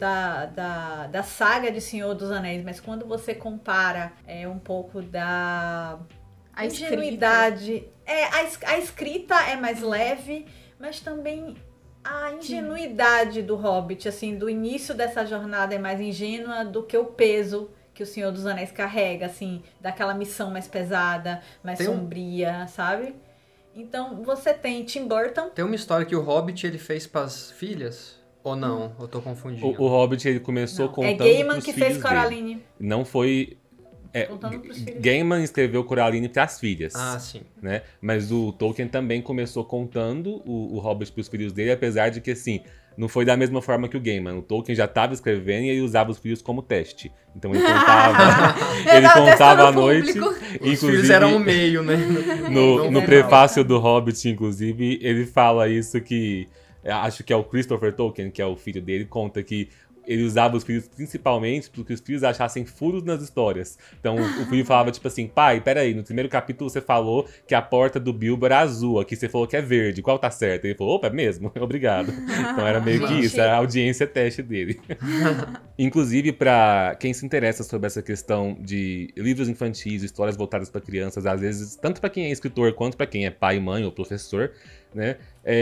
da saga de Senhor dos Anéis, mas quando você compara um pouco da ingenuidade... A escrita é mais leve, mas também a ingenuidade do Hobbit, assim, do início dessa jornada é mais ingênua do que o peso que o Senhor dos Anéis carrega, assim, daquela missão mais pesada, mais sombria, sabe? Então, você tem Tim Burton. Tem uma história que o Hobbit ele fez pras filhas? Ou não? Eu tô confundindo. O Hobbit ele começou contando pros Gaiman que fez Coraline. Dele. Não foi... Gaiman escreveu Coraline pras filhas. Ah, sim. Né? Mas o Tolkien também começou contando o Hobbit pros filhos dele, apesar de que, assim, não foi da mesma forma que o Gaiman. O Tolkien já estava escrevendo e ele usava os filhos como teste. Então ele contava, ele contava à noite. Os filhos eram o meio, né? No prefácio do Hobbit, inclusive, ele fala isso que... Acho que é o Christopher Tolkien, que é o filho dele, conta que ele usava os filhos principalmente porque os filhos achassem furos nas histórias. Então o filho falava tipo assim, pai, peraí, no primeiro capítulo você falou que a porta do Bilbo era azul, aqui você falou que é verde, qual tá certo? Ele falou, opa, é mesmo? Obrigado. Então era meio que isso, a audiência teste dele. Inclusive, pra quem se interessa sobre essa questão de livros infantis, histórias voltadas para crianças, às vezes, tanto para quem é escritor quanto para quem é pai, mãe ou professor, né?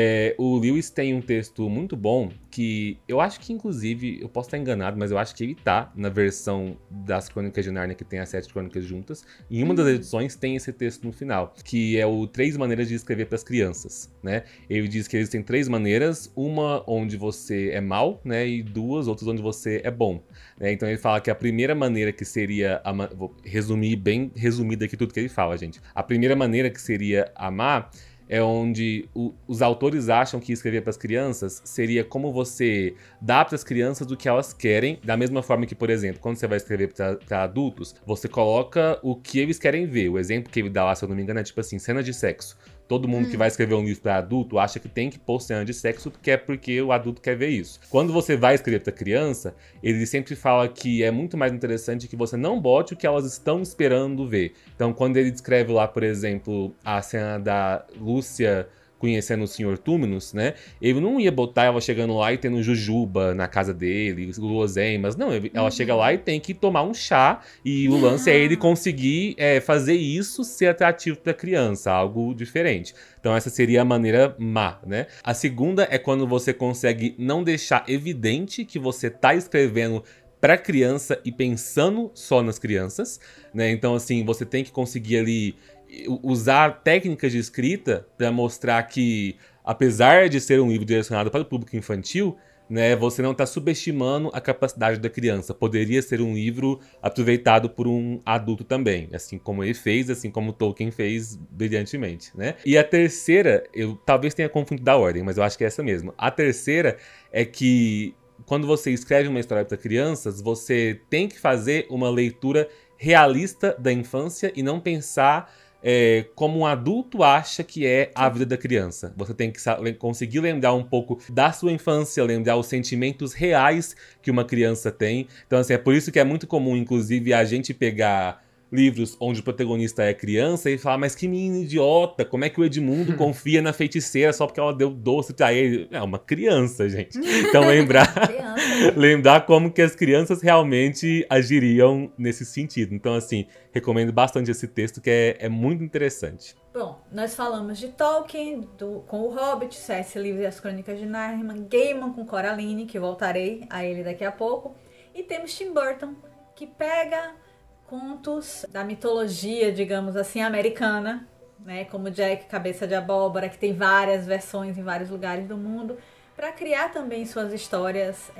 O Lewis tem um texto muito bom que eu acho que, inclusive, eu posso estar enganado, mas eu acho que ele tá na versão das Crônicas de Nárnia, que tem as 7 crônicas juntas. Em uma das edições tem esse texto no final, que é o 3 maneiras de escrever para as crianças, né? Ele diz que existem 3 maneiras, uma onde você é mau, né? E 2 outras onde você é bom, né? Então ele fala que a primeira maneira que seria... Vou resumir bem resumido aqui tudo que ele fala, gente. A primeira maneira que seria amar é onde os autores acham que escrever para as crianças seria como você dá para as crianças o que elas querem, da mesma forma que, por exemplo, quando você vai escrever para adultos, você coloca o que eles querem ver. O exemplo que ele dá lá, se eu não me engano, é tipo assim, cena de sexo. Todo mundo que vai escrever um livro para adulto acha que tem que pôr cena de sexo porque o adulto quer ver isso. Quando você vai escrever para criança, ele sempre fala que é muito mais interessante que você não bote o que elas estão esperando ver. Então, quando ele descreve lá, por exemplo, a cena da Lúcia conhecendo o Sr. Túmenos, né? Ele não ia botar ela chegando lá e tendo jujuba na casa dele, guloseimas. Não, ela chega lá e tem que tomar um chá. E o lance é ele conseguir fazer isso ser atrativo pra criança, algo diferente. Então essa seria a maneira má, né? A segunda é quando você consegue não deixar evidente que você tá escrevendo para criança e pensando só nas crianças, né? Então, assim, você tem que conseguir ali usar técnicas de escrita para mostrar que, apesar de ser um livro direcionado para o público infantil, né, você não está subestimando a capacidade da criança. Poderia ser um livro aproveitado por um adulto também, assim como ele fez, assim como Tolkien fez brilhantemente, né? E a terceira, eu talvez tenha confundido a ordem, mas eu acho que é essa mesmo. A terceira é que quando você escreve uma história para crianças, você tem que fazer uma leitura realista da infância e não pensar como um adulto acha que é a vida da criança. Você tem que conseguir lembrar um pouco da sua infância, lembrar os sentimentos reais que uma criança tem. Então, assim, é por isso que é muito comum, inclusive, a gente pegar livros onde o protagonista é criança e falar, mas que menino idiota, como é que o Edmundo confia na feiticeira só porque ela deu doce pra ele? É uma criança, gente. Então lembrar como que as crianças realmente agiriam nesse sentido. Então, assim, recomendo bastante esse texto, que é muito interessante. Bom, nós falamos de Tolkien, com o Hobbit, C.S. Lewis e as Crônicas de Nárnia, Gaiman com Coraline, que voltarei a ele daqui a pouco, e temos Tim Burton, que pega contos da mitologia, digamos assim, americana, né, como Jack, Cabeça de Abóbora, que tem várias versões em vários lugares do mundo, para criar também suas histórias,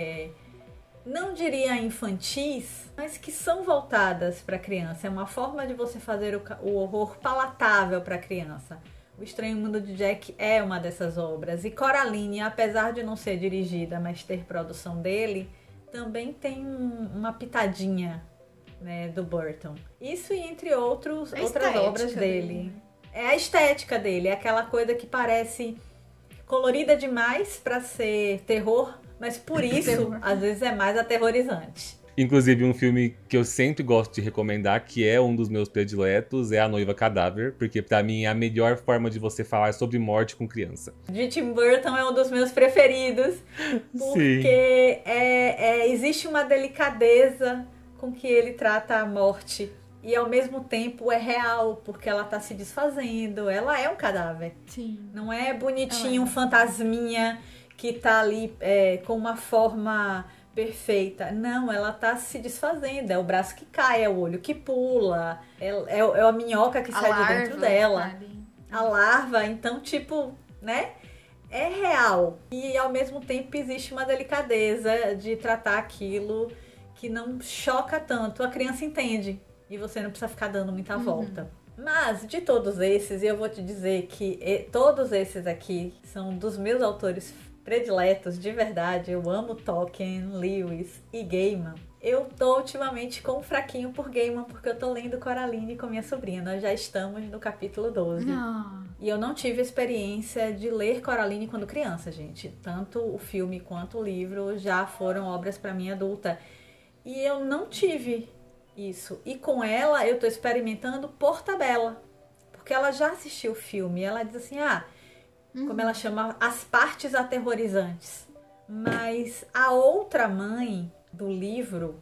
não diria infantis, mas que são voltadas para a criança. É uma forma de você fazer o horror palatável para a criança. O Estranho Mundo de Jack é uma dessas obras. E Coraline, apesar de não ser dirigida, mas ter produção dele, também tem uma pitadinha, né, do Burton. Isso e entre outras obras dele. É a estética dele, é aquela coisa que parece colorida demais para ser terror, mas por isso, às vezes, é mais aterrorizante. Inclusive, um filme que eu sempre gosto de recomendar, que é um dos meus prediletos, é A Noiva Cadáver, porque pra mim é a melhor forma de você falar sobre morte com criança. De Tim Burton é um dos meus preferidos, porque existe uma delicadeza com que ele trata a morte. E ao mesmo tempo é real, porque ela tá se desfazendo. Ela é um cadáver. Sim. Não é bonitinho, um fantasminha que tá ali com uma forma perfeita. Não, ela tá se desfazendo. É o braço que cai, é o olho que pula, é a minhoca que sai de dentro dela. A larva, então, tipo, né? É real. E ao mesmo tempo existe uma delicadeza de tratar aquilo que não choca tanto. A criança entende. E você não precisa ficar dando muita volta. Mas, de todos esses, eu vou te dizer que todos esses aqui são dos meus autores prediletos, de verdade, eu amo Tolkien, Lewis e Gaiman. Eu tô ultimamente com um fraquinho por Gaiman, porque eu tô lendo Coraline com minha sobrinha. Nós já estamos no capítulo 12. E eu não tive a experiência de ler Coraline quando criança, gente. Tanto o filme quanto o livro já foram obras pra mim adulta. E eu não tive isso. E com ela eu tô experimentando por tabela. Porque ela já assistiu o filme. Ela diz assim, como ela chama, as partes aterrorizantes. Mas a outra mãe do livro,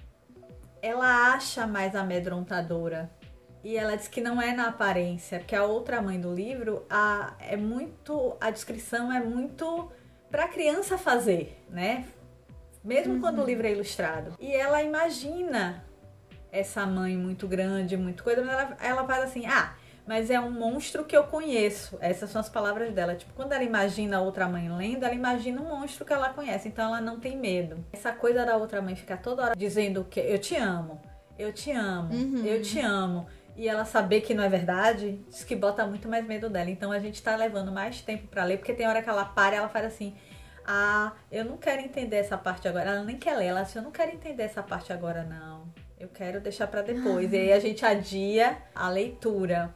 ela acha mais amedrontadora. E ela diz que não é na aparência, que a outra mãe do livro, a descrição é muito pra criança fazer, né? Mesmo quando o livro é ilustrado. E ela imagina essa mãe muito grande, muito coisa, mas ela fala assim, mas é um monstro que eu conheço. Essas são as palavras dela. Tipo, quando ela imagina a outra mãe lendo, ela imagina um monstro que ela conhece. Então ela não tem medo. Essa coisa da outra mãe ficar toda hora dizendo que eu te amo, eu te amo, eu te amo. E ela saber que não é verdade, diz que bota muito mais medo dela. Então a gente tá levando mais tempo pra ler, porque tem hora que ela para e ela faz assim, eu não quero entender essa parte agora. Ela nem quer ler, ela assim, eu não quero entender essa parte agora não. Eu quero deixar pra depois. E aí a gente adia a leitura.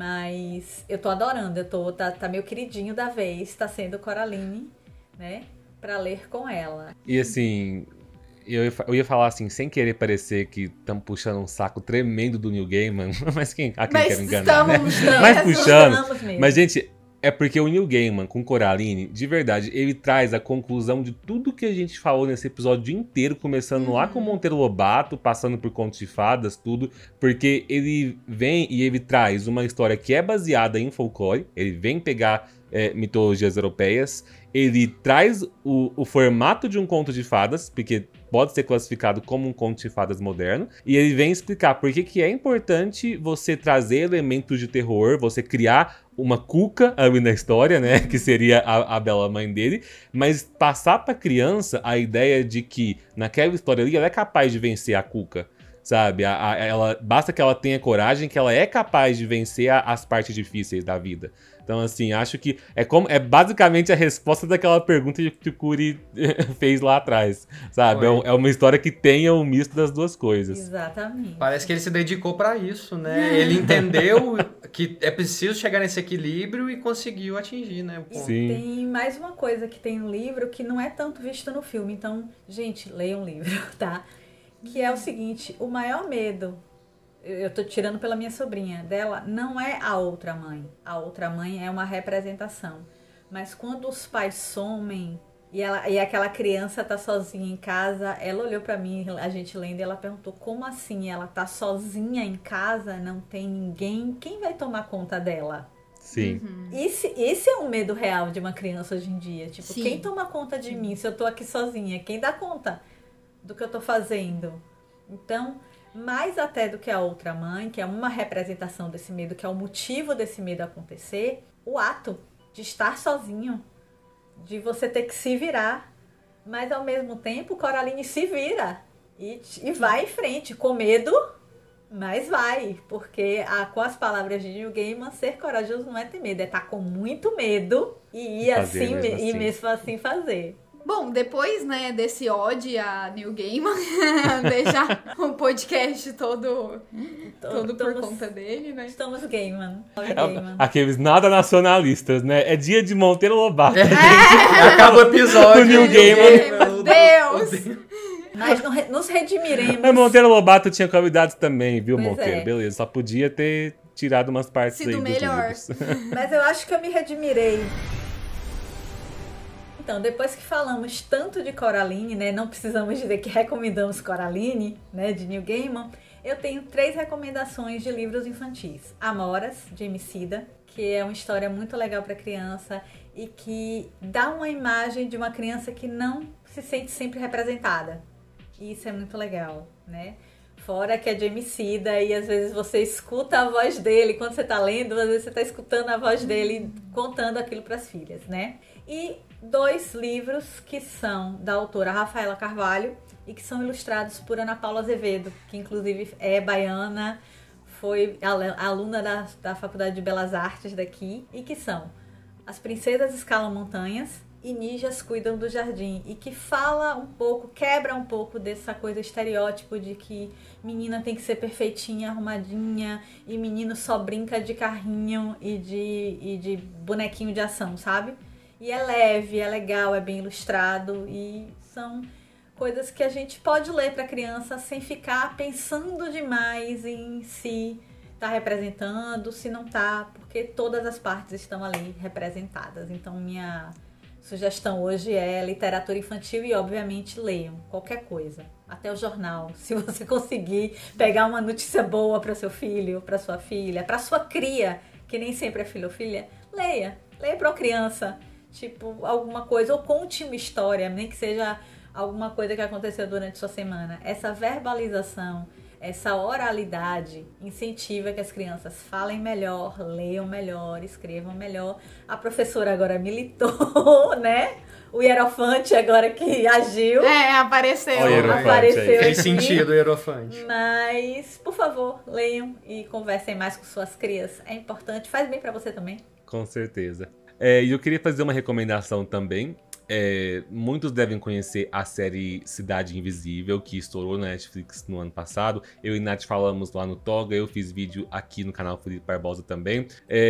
Mas eu tô adorando, tá meu queridinho da vez, tá sendo Coraline, né, pra ler com ela. E assim, eu ia falar assim, sem querer parecer que estamos puxando um saco tremendo do Neil Gaiman, mas quem quer enganar, né? Mas puxando, mas gente, é porque o Neil Gaiman com Coraline, de verdade, ele traz a conclusão de tudo que a gente falou nesse episódio inteiro, começando lá com Monteiro Lobato, passando por Contos de Fadas, tudo, porque ele vem e ele traz uma história que é baseada em folclore, ele vem pegar mitologias europeias, ele traz o formato de um conto de fadas, porque pode ser classificado como um conto de fadas moderno, e ele vem explicar por que é importante você trazer elementos de terror, você criar uma cuca ali na história, né, que seria a bela mãe dele, mas passar pra criança a ideia de que naquela história ali ela é capaz de vencer a cuca, sabe? Basta que ela tenha coragem, que ela é capaz de vencer as partes difíceis da vida. Então, assim, acho que é basicamente a resposta daquela pergunta que o Curi fez lá atrás, sabe? É uma história que tenha um misto das duas coisas. Exatamente. Parece que ele se dedicou pra isso, né? Ele entendeu que é preciso chegar nesse equilíbrio e conseguiu atingir, né? E tem mais uma coisa que tem no livro que não é tanto visto no filme. Então, gente, leiam o livro, tá? Que é o seguinte, o maior medo, eu tô tirando pela minha sobrinha, dela não é a outra mãe. A outra mãe é uma representação. Mas quando os pais somem e aquela criança tá sozinha em casa, ela olhou pra mim, a gente lendo, e ela perguntou, como assim? Ela tá sozinha em casa, não tem ninguém? Quem vai tomar conta dela? Sim. Esse é um medo real de uma criança hoje em dia. Tipo, Sim. quem toma conta de mim se eu tô aqui sozinha? Quem dá conta do que eu tô fazendo? Então, mais até do que a outra mãe, que é uma representação desse medo, que é o motivo desse medo acontecer, o ato de estar sozinho, de você ter que se virar. Mas, ao mesmo tempo, Coraline se vira e vai em frente, com medo, mas vai. Porque, com as palavras de Neil Gaiman, ser corajoso não é ter medo, é estar com muito medo e ir assim, e mesmo assim fazer. Bom, depois, né, desse ódio a Neil Gaiman, deixar o podcast todo por conta dele, né? Estamos Gaiman. Aqueles nada nacionalistas, né? É dia de Monteiro Lobato. Acaba o episódio. Do Neil Gaiman. Meu Deus! Nós nos redimiremos. Mas Monteiro Lobato tinha qualidades também, viu, Pois Monteiro? é. Beleza, só podia ter tirado umas partes Sido aí dos melhor. livros. Mas eu acho que eu me redimirei. Então, depois que falamos tanto de Coraline, né, não precisamos dizer que recomendamos Coraline, né, de Neil Gaiman, eu tenho 3 recomendações de livros infantis. Amoras, de Emicida, que é uma história muito legal para criança e que dá uma imagem de uma criança que não se sente sempre representada. E isso é muito legal, né? Fora que é de Emicida e às vezes você escuta a voz dele quando você tá lendo, às vezes você tá escutando a voz dele contando aquilo para as filhas, né? E 2 livros que são da autora Rafaela Carvalho e que são ilustrados por Ana Paula Azevedo, que inclusive é baiana, foi aluna da Faculdade de Belas Artes daqui, e que são As Princesas Escalam Montanhas, e ninjas cuidam do jardim. E que fala um pouco, quebra um pouco dessa coisa estereótipo de que menina tem que ser perfeitinha, arrumadinha, e menino só brinca de carrinho e de bonequinho de ação, sabe? E é leve, é legal, é bem ilustrado e são coisas que a gente pode ler para criança sem ficar pensando demais em se tá representando, se não tá, porque todas as partes estão ali representadas. Então minha sugestão hoje é literatura infantil e obviamente leiam qualquer coisa, até o jornal. Se você conseguir pegar uma notícia boa para seu filho, para sua filha, para sua cria, que nem sempre é filho ou filha, leia para uma criança, tipo alguma coisa, ou conte uma história, nem que seja alguma coisa que aconteceu durante sua semana. Essa verbalização, essa oralidade incentiva que as crianças falem melhor, leiam melhor, escrevam melhor. A professora agora militou, né? O Hierofante agora que agiu. Apareceu. Apareceu Fez sentido o Hierofante. Mas, por favor, leiam e conversem mais com suas crias. É importante, faz bem pra você também. Com certeza. E eu queria fazer uma recomendação também. Muitos devem conhecer a série Cidade Invisível, que estourou na Netflix no ano passado. Eu e Nath falamos lá no Toga, eu fiz vídeo aqui no canal Felipe Barbosa também.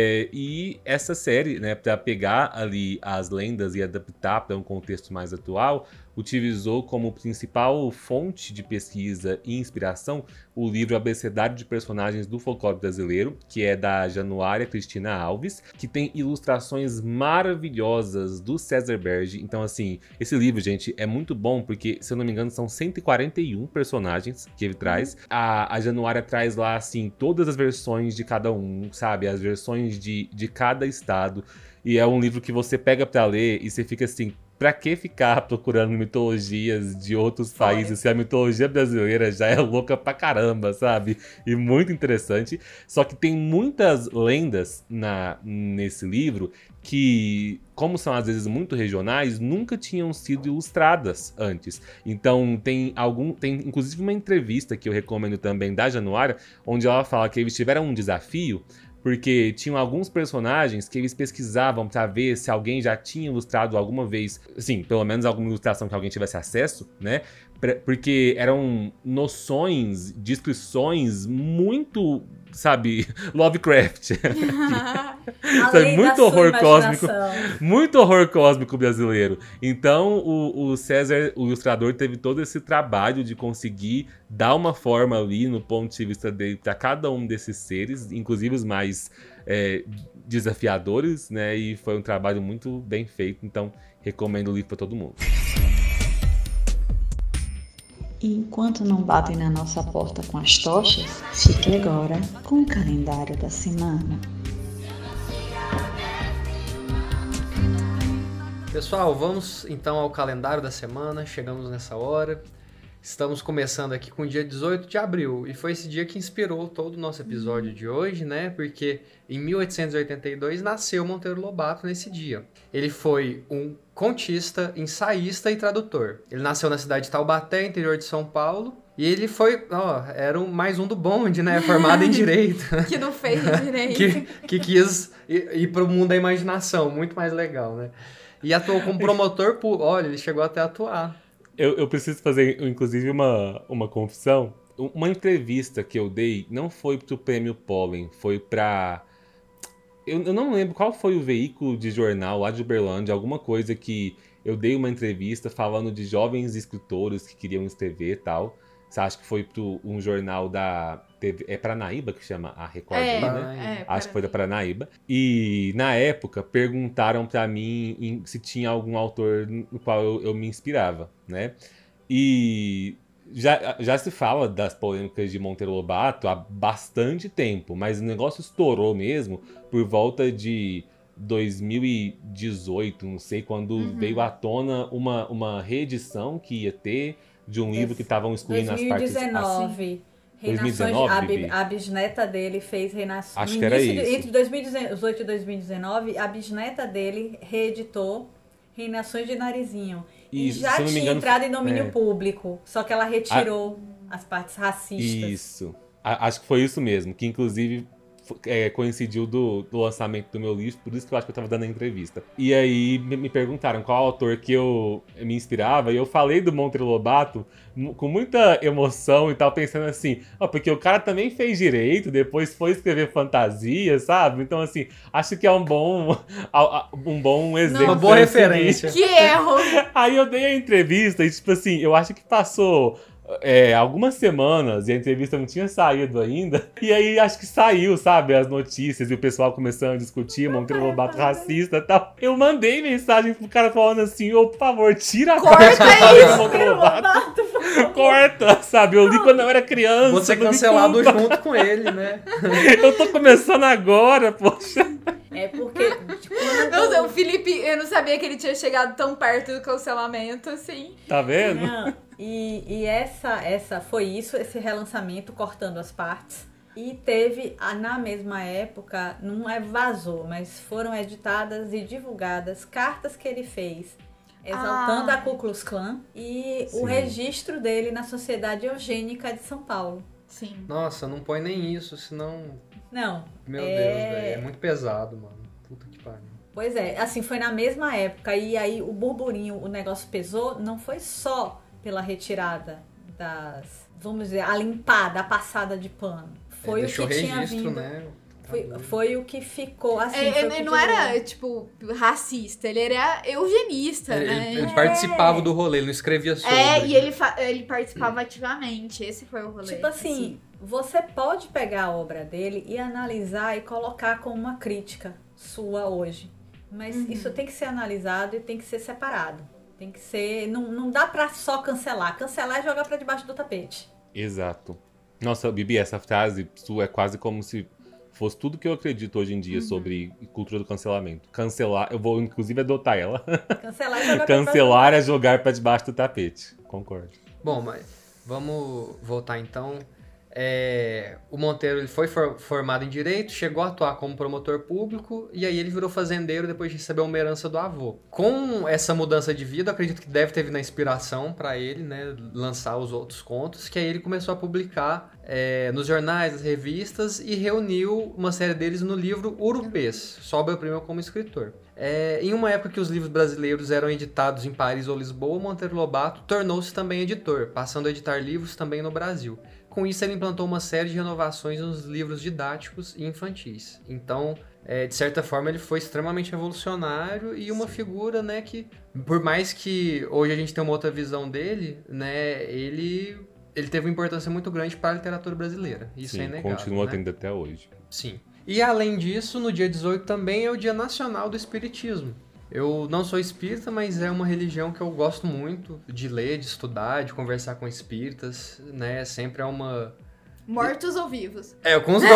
E essa série, né, para pegar ali as lendas e adaptar para um contexto mais atual, utilizou como principal fonte de pesquisa e inspiração o livro Abecedário de Personagens do Folclore Brasileiro, que é da Januária Cristina Alves, que tem ilustrações maravilhosas do César Berge. Então, assim, esse livro, gente, é muito bom porque, se eu não me engano, são 141 personagens que ele traz. A Januária traz lá, assim, todas as versões de cada um, sabe? As versões de cada estado. E é um livro que você pega pra ler e você fica assim, pra que ficar procurando mitologias de outros países se a mitologia brasileira já é louca pra caramba, sabe? E muito interessante. Só que tem muitas lendas nesse livro que, como são às vezes muito regionais, nunca tinham sido ilustradas antes. Então tem inclusive uma entrevista que eu recomendo também da Januária, onde ela fala que eles tiveram um desafio porque tinham alguns personagens que eles pesquisavam pra ver se alguém já tinha ilustrado alguma vez, assim, pelo menos alguma ilustração que alguém tivesse acesso, né? Porque eram noções, descrições muito, sabe, Lovecraft. Além muito da horror sua cósmico, imaginação. muito horror cósmico brasileiro. Então o César, o ilustrador, teve todo esse trabalho de conseguir dar uma forma ali no ponto de vista dele para cada um desses seres, inclusive os mais desafiadores, né? E foi um trabalho muito bem feito. Então recomendo o livro para todo mundo. E enquanto não batem na nossa porta com as tochas, fique agora com o calendário da semana. Pessoal, vamos então ao calendário da semana. Chegamos nessa hora. Estamos começando aqui com o dia 18 de abril. E foi esse dia que inspirou todo o nosso episódio de hoje, né? Porque em 1882 nasceu Monteiro Lobato nesse dia. Ele foi um contista, ensaísta e tradutor. Ele nasceu na cidade de Taubaté, interior de São Paulo. E ele foi, era mais um do bonde, né? Formado em Direito. Que não fez Direito. que quis ir para o mundo da imaginação. Muito mais legal, né? E atuou como promotor público. Olha, ele chegou até a atuar. Eu preciso fazer, inclusive, uma confissão. Uma entrevista que eu dei não foi pro Prêmio Pólen, foi pra... Eu não lembro qual foi o veículo de jornal lá de Uberlândia, alguma coisa que eu dei uma entrevista falando de jovens escritores que queriam escrever e tal. Você acha que foi pro um jornal da TV, é Paranaíba que chama a Record, né? Acho que foi da Paranaíba. E na época perguntaram pra mim se tinha algum autor no qual eu me inspirava, né? E já se fala das polêmicas de Monteiro Lobato há bastante tempo, mas o negócio estourou mesmo por volta de 2018, não sei, quando veio à tona uma reedição que ia ter de um livro que estavam excluindo as partes... 2019. 2019, a bisneta dele fez Reinações. Acho que era isso. Entre 2018 e 2019, a bisneta dele reeditou Reinações de Narizinho. Isso, e já se eu não me tinha engano, entrado em domínio público, só que ela retirou as partes racistas. Isso. Acho que foi isso mesmo, que inclusive coincidiu do lançamento do meu livro, por isso que eu acho que eu tava dando a entrevista. E aí me perguntaram qual autor que eu me inspirava, e eu falei do Monteiro Lobato com muita emoção e tal, pensando assim, porque o cara também fez direito, depois foi escrever fantasia, sabe? Então, assim, acho que é um bom exemplo. Uma boa referência. Que erro! Aí eu dei a entrevista e, tipo assim, eu acho que passou algumas semanas e a entrevista não tinha saído ainda. E aí acho que saiu, sabe, as notícias e o pessoal começando a discutir, Monteiro Lobato racista e tal. Eu mandei mensagem pro cara falando assim, por favor, tira a Corta do Monteiro Lobato. Corta, sabe? Eu li quando eu era criança. Você cancelado junto com ele, né? Eu tô começando agora, poxa. É porque... Não, o Felipe, eu não sabia que ele tinha chegado tão perto do cancelamento, assim. Tá vendo? Não, e essa foi isso, esse relançamento cortando as partes. E teve, na mesma época, não vazou, mas foram editadas e divulgadas cartas que ele fez exaltando a Ku Klux Klan e o registro dele na Sociedade Eugênica de São Paulo. Sim. Nossa, não põe nem isso, senão... Não. Meu Deus, velho, é muito pesado, mano. Puta que pariu. Pois é, assim, foi na mesma época e aí o burburinho, o negócio pesou, não foi só pela retirada das, vamos dizer, a limpada, a passada de pano. Foi o que tinha vindo. Né? Foi o que ficou, assim, ele não era, tipo, racista, ele era eugenista, né? Ele participava do rolê, ele não escrevia sobre. E ele participava ativamente, esse foi o rolê. Tipo assim, você pode pegar a obra dele e analisar e colocar como uma crítica sua hoje. Mas isso tem que ser analisado e tem que ser separado. Tem que ser... Não dá pra só cancelar. Cancelar é jogar pra debaixo do tapete. Exato. Nossa, Bibi, essa frase sua é quase como se fosse tudo que eu acredito hoje em dia sobre cultura do cancelamento. Cancelar, eu vou inclusive adotar ela. Cancelar é jogar Cancelar é jogar pra debaixo do tapete. Concordo. Bom, mas vamos voltar então. O Monteiro ele foi formado em Direito, chegou a atuar como promotor público e aí ele virou fazendeiro depois de receber uma herança do avô. Com essa mudança de vida, acredito que deve ter vindo a inspiração para ele, né, lançar os outros contos, que aí ele começou a publicar nos jornais, nas revistas e reuniu uma série deles no livro Urupês, sua obra-prima como escritor. Em uma época que os livros brasileiros eram editados em Paris ou Lisboa, Monteiro Lobato tornou-se também editor, passando a editar livros também no Brasil. Com isso, ele implantou uma série de renovações nos livros didáticos e infantis. Então, de certa forma, ele foi extremamente revolucionário e uma figura, né, que, por mais que hoje a gente tenha uma outra visão dele, né, ele teve uma importância muito grande para a literatura brasileira. Isso é inegável. Continua né? tendo até hoje. Sim. E, além disso, no dia 18 também é o Dia Nacional do Espiritismo. Eu não sou espírita, mas é uma religião que eu gosto muito de ler, de estudar, de conversar com espíritas, né? Sempre é uma... Mortos ou vivos? Com os dois,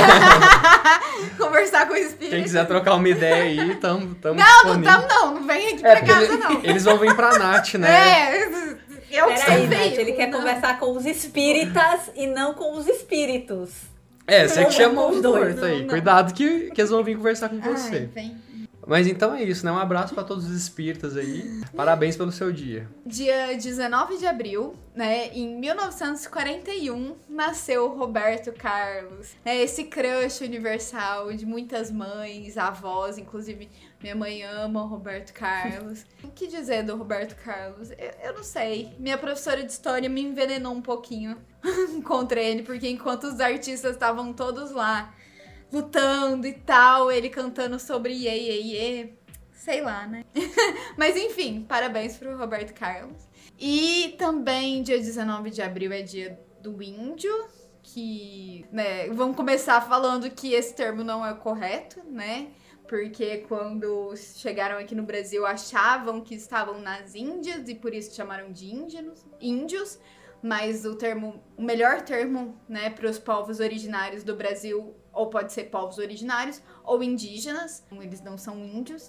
né? Conversar com espíritas. Quem quiser trocar uma ideia aí, tamo Não vem aqui pra casa, não. Eles vão vir pra Nath, né? Peraí, Nath, ele quer conversar com os espíritas e não com os espíritos. Você que chamou os dois Não, aí. não. Cuidado que eles vão vir conversar com você. Ai, vem. Mas então é isso, né? Um abraço pra todos os espíritas aí. Parabéns pelo seu dia. Dia 19 de abril, né, em 1941, nasceu Roberto Carlos. Esse crush universal de muitas mães, avós, inclusive minha mãe ama o Roberto Carlos. O que dizer do Roberto Carlos? Eu não sei. Minha professora de história me envenenou um pouquinho contra ele, porque enquanto os artistas estavam todos lá lutando e tal, ele cantando sobre iê, iê, iê. Sei lá, né? Mas enfim, parabéns pro Roberto Carlos. E também dia 19 de abril é dia do índio, que, né, vamos começar falando que esse termo não é correto, né? Porque quando chegaram aqui no Brasil achavam que estavam nas Índias e por isso chamaram de índios. Mas o melhor termo, né, para os povos originários do Brasil, ou pode ser povos originários ou indígenas, eles não são índios.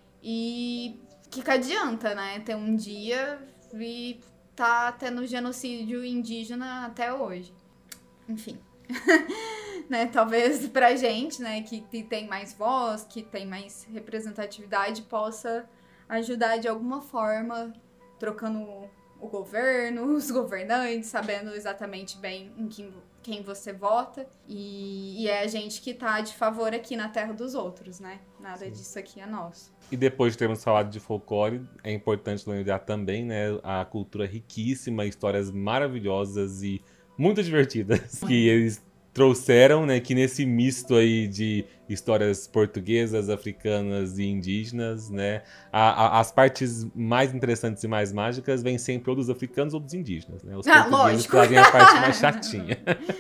E que adianta, né, ter um dia e tá tendo genocídio indígena até hoje. Enfim, né, talvez pra gente, né, que tem mais voz, que tem mais representatividade, possa ajudar de alguma forma, trocando o governo, os governantes, sabendo exatamente bem quem você vota. E é a gente que tá de favor aqui na terra dos outros, né? Nada disso aqui é nosso. E depois de termos falado de folclore, é importante lembrar também, né, a cultura riquíssima, histórias maravilhosas e muito divertidas que eles trouxeram, né, que nesse misto aí de histórias portuguesas, africanas e indígenas, né, as partes mais interessantes e mais mágicas vêm sempre ou dos africanos ou dos indígenas, né, os portugueses lógico. trazem a parte mais chatinha.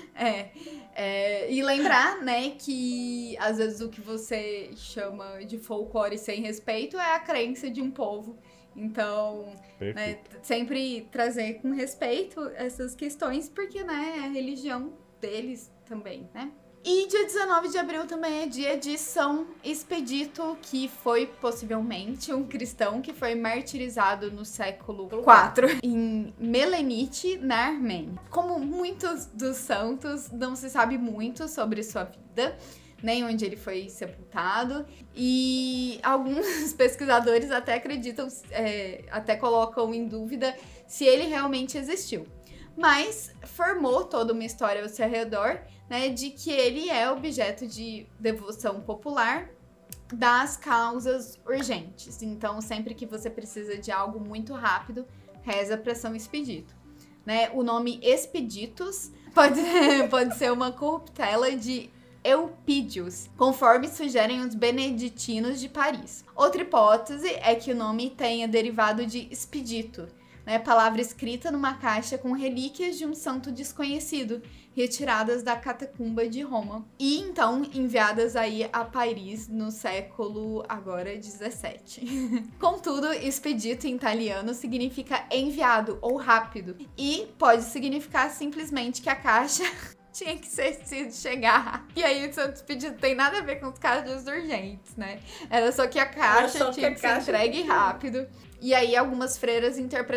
E lembrar, né, que às vezes o que você chama de folclore sem respeito é a crença de um povo. Então, né, sempre trazer com respeito essas questões, porque, né, é a religião deles também, né? E dia 19 de abril também é dia de São Expedito, que foi possivelmente um cristão que foi martirizado no século IV em Melenite, na Armênia. Como muitos dos santos, não se sabe muito sobre sua vida, nem onde ele foi sepultado, e alguns pesquisadores até acreditam, até colocam em dúvida se ele realmente existiu. Mas formou toda uma história ao seu redor, né, de que ele é objeto de devoção popular das causas urgentes. Então, sempre que você precisa de algo muito rápido, reza para São Expedito. Né? O nome Expeditus pode ser uma corruptela de Eupídios, conforme sugerem os beneditinos de Paris. Outra hipótese é que o nome tenha derivado de expedito, né, palavra escrita numa caixa com relíquias de um santo desconhecido, retiradas da catacumba de Roma, e então enviadas aí a Paris no século agora 17. Contudo, expedito em italiano significa enviado ou rápido, e pode significar simplesmente que a caixa tinha que ser chegar. E aí o Santo Expedito tem nada a ver com os casos urgentes, né? Era só que a caixa tinha que ser entregue rápido. E aí algumas freiras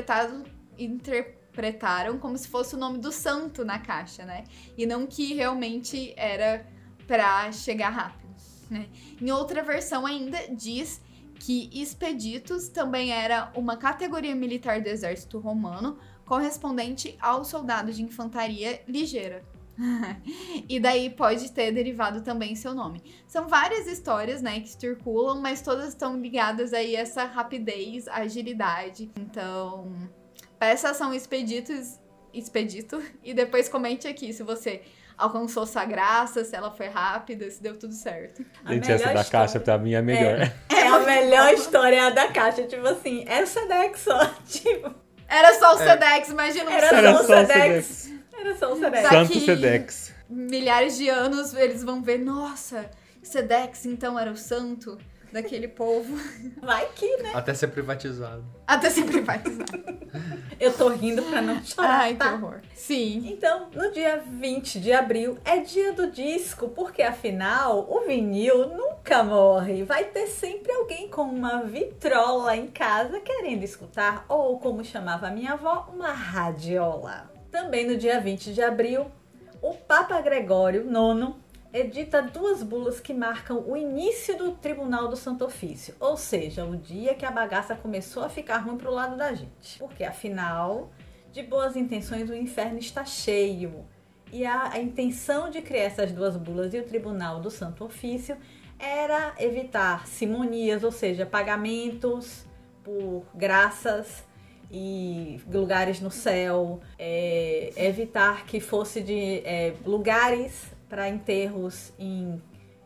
interpretaram como se fosse o nome do santo na caixa, né? E não que realmente era pra chegar rápido, né? Em outra versão ainda diz que expeditus também era uma categoria militar do exército romano, correspondente ao soldado de infantaria ligeira. E daí pode ter derivado também seu nome. São várias histórias, né, que circulam, mas todas estão ligadas aí a essa rapidez, agilidade. Então, peça São Expedito e depois comente aqui se você alcançou sua graça, se ela foi rápida, se deu tudo certo. Gente, essa da caixa pra mim é melhor. É a melhor história a da caixa, tipo assim, era o Sedex só, tipo... Era só o Sedex, imagina Era só o Sedex. Era só o Sedex. Santo Sedex. Milhares de anos eles vão ver, nossa, Sedex então era o santo daquele povo. Vai que, né? Até ser privatizado. Até ser privatizado. Eu tô rindo pra não chorar, Ai, tá? que horror. Sim. Então, no dia 20 de abril é dia do disco, porque afinal o vinil nunca morre. Vai ter sempre alguém com uma vitrola em casa querendo escutar, ou como chamava a minha avó, uma radiola. Também no dia 20 de abril, o Papa Gregório IX edita 2 bulas que marcam o início do Tribunal do Santo Ofício, ou seja, o dia que a bagaça começou a ficar ruim pro lado da gente. Porque afinal, de boas intenções o inferno está cheio. E a intenção de criar essas 2 bulas e o Tribunal do Santo Ofício era evitar simonias, ou seja, pagamentos por graças e lugares no céu, evitar que fosse de lugares para enterros em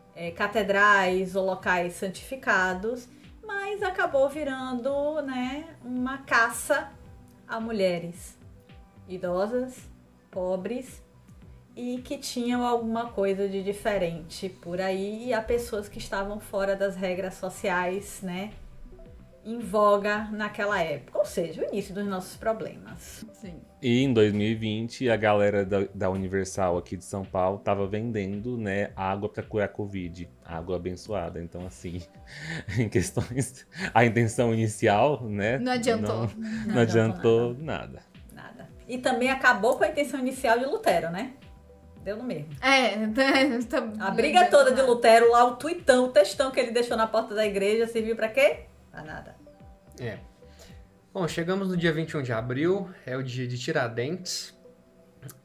catedrais ou locais santificados, mas acabou virando, né, uma caça a mulheres idosas, pobres e que tinham alguma coisa de diferente por aí, e a pessoas que estavam fora das regras sociais, né, em voga naquela época, ou seja, o início dos nossos problemas. Sim. E em 2020, a galera da Universal aqui de São Paulo tava vendendo, né, água para curar Covid, água abençoada. Então, assim, em questões, a intenção inicial, né, Não adiantou. Não adiantou nada. Nada. E também acabou com a intenção inicial de Lutero, né? Deu no mesmo. A briga toda de Lutero lá, o tweetão, o textão que ele deixou na porta da igreja, serviu pra quê? Pra nada. Bom, chegamos no dia 21 de abril, é o dia de Tiradentes.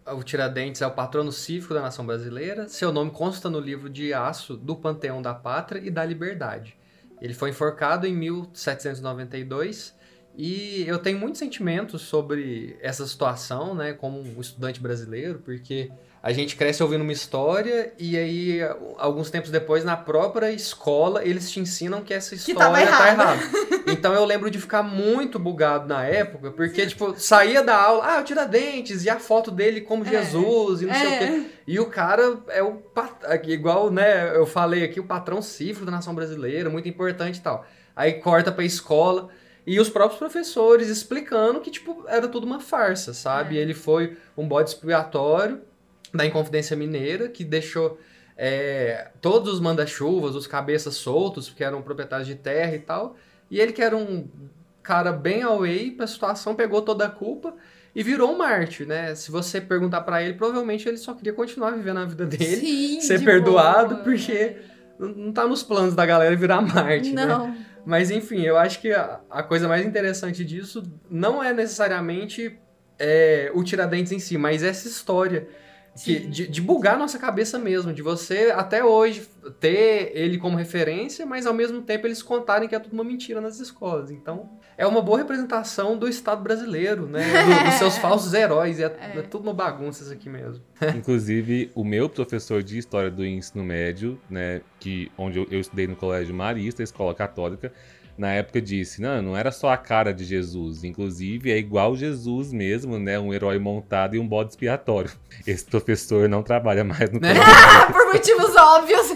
O Tiradentes é o patrono cívico da nação brasileira. Seu nome consta no livro de aço do Panteão da Pátria e da Liberdade. Ele foi enforcado em 1792 e eu tenho muitos sentimentos sobre essa situação, né, como um estudante brasileiro, porque a gente cresce ouvindo uma história e aí, alguns tempos depois, na própria escola, eles te ensinam que essa história tá errada. Então eu lembro de ficar muito bugado na época, porque, tipo, saía da aula, o Tiradentes, e a foto dele como Jesus, e não sei o quê. E o cara é o, igual, né, eu falei aqui, o patrão cívico da nação brasileira, muito importante e tal. Aí corta pra escola, e os próprios professores explicando que, tipo, era tudo uma farsa, sabe? Ele foi um bode expiatório da Inconfidência Mineira, que deixou todos os manda-chuvas, os cabeças soltos, porque eram proprietários de terra e tal, e ele, que era um cara bem away pra situação, pegou toda a culpa e virou um mártir, né? Se você perguntar pra ele, provavelmente ele só queria continuar vivendo a vida dele, Sim, ser perdoado, porque não tá nos planos da galera virar mártir, Não. né? Mas enfim, eu acho que a coisa mais interessante disso não é necessariamente o Tiradentes em si, mas essa história de bugar a nossa cabeça mesmo, de você até hoje ter ele como referência, mas ao mesmo tempo eles contarem que é tudo uma mentira nas escolas. Então, é uma boa representação do Estado brasileiro, né? Dos seus falsos heróis, é tudo uma bagunça isso aqui mesmo. Inclusive, o meu professor de História do Ensino Médio, né, onde eu estudei no Colégio Marista, escola católica, na época disse, não era só a cara de Jesus, inclusive é igual Jesus mesmo, né, um herói montado e um bode expiatório. Esse professor não trabalha mais no colégio. Por motivos óbvios.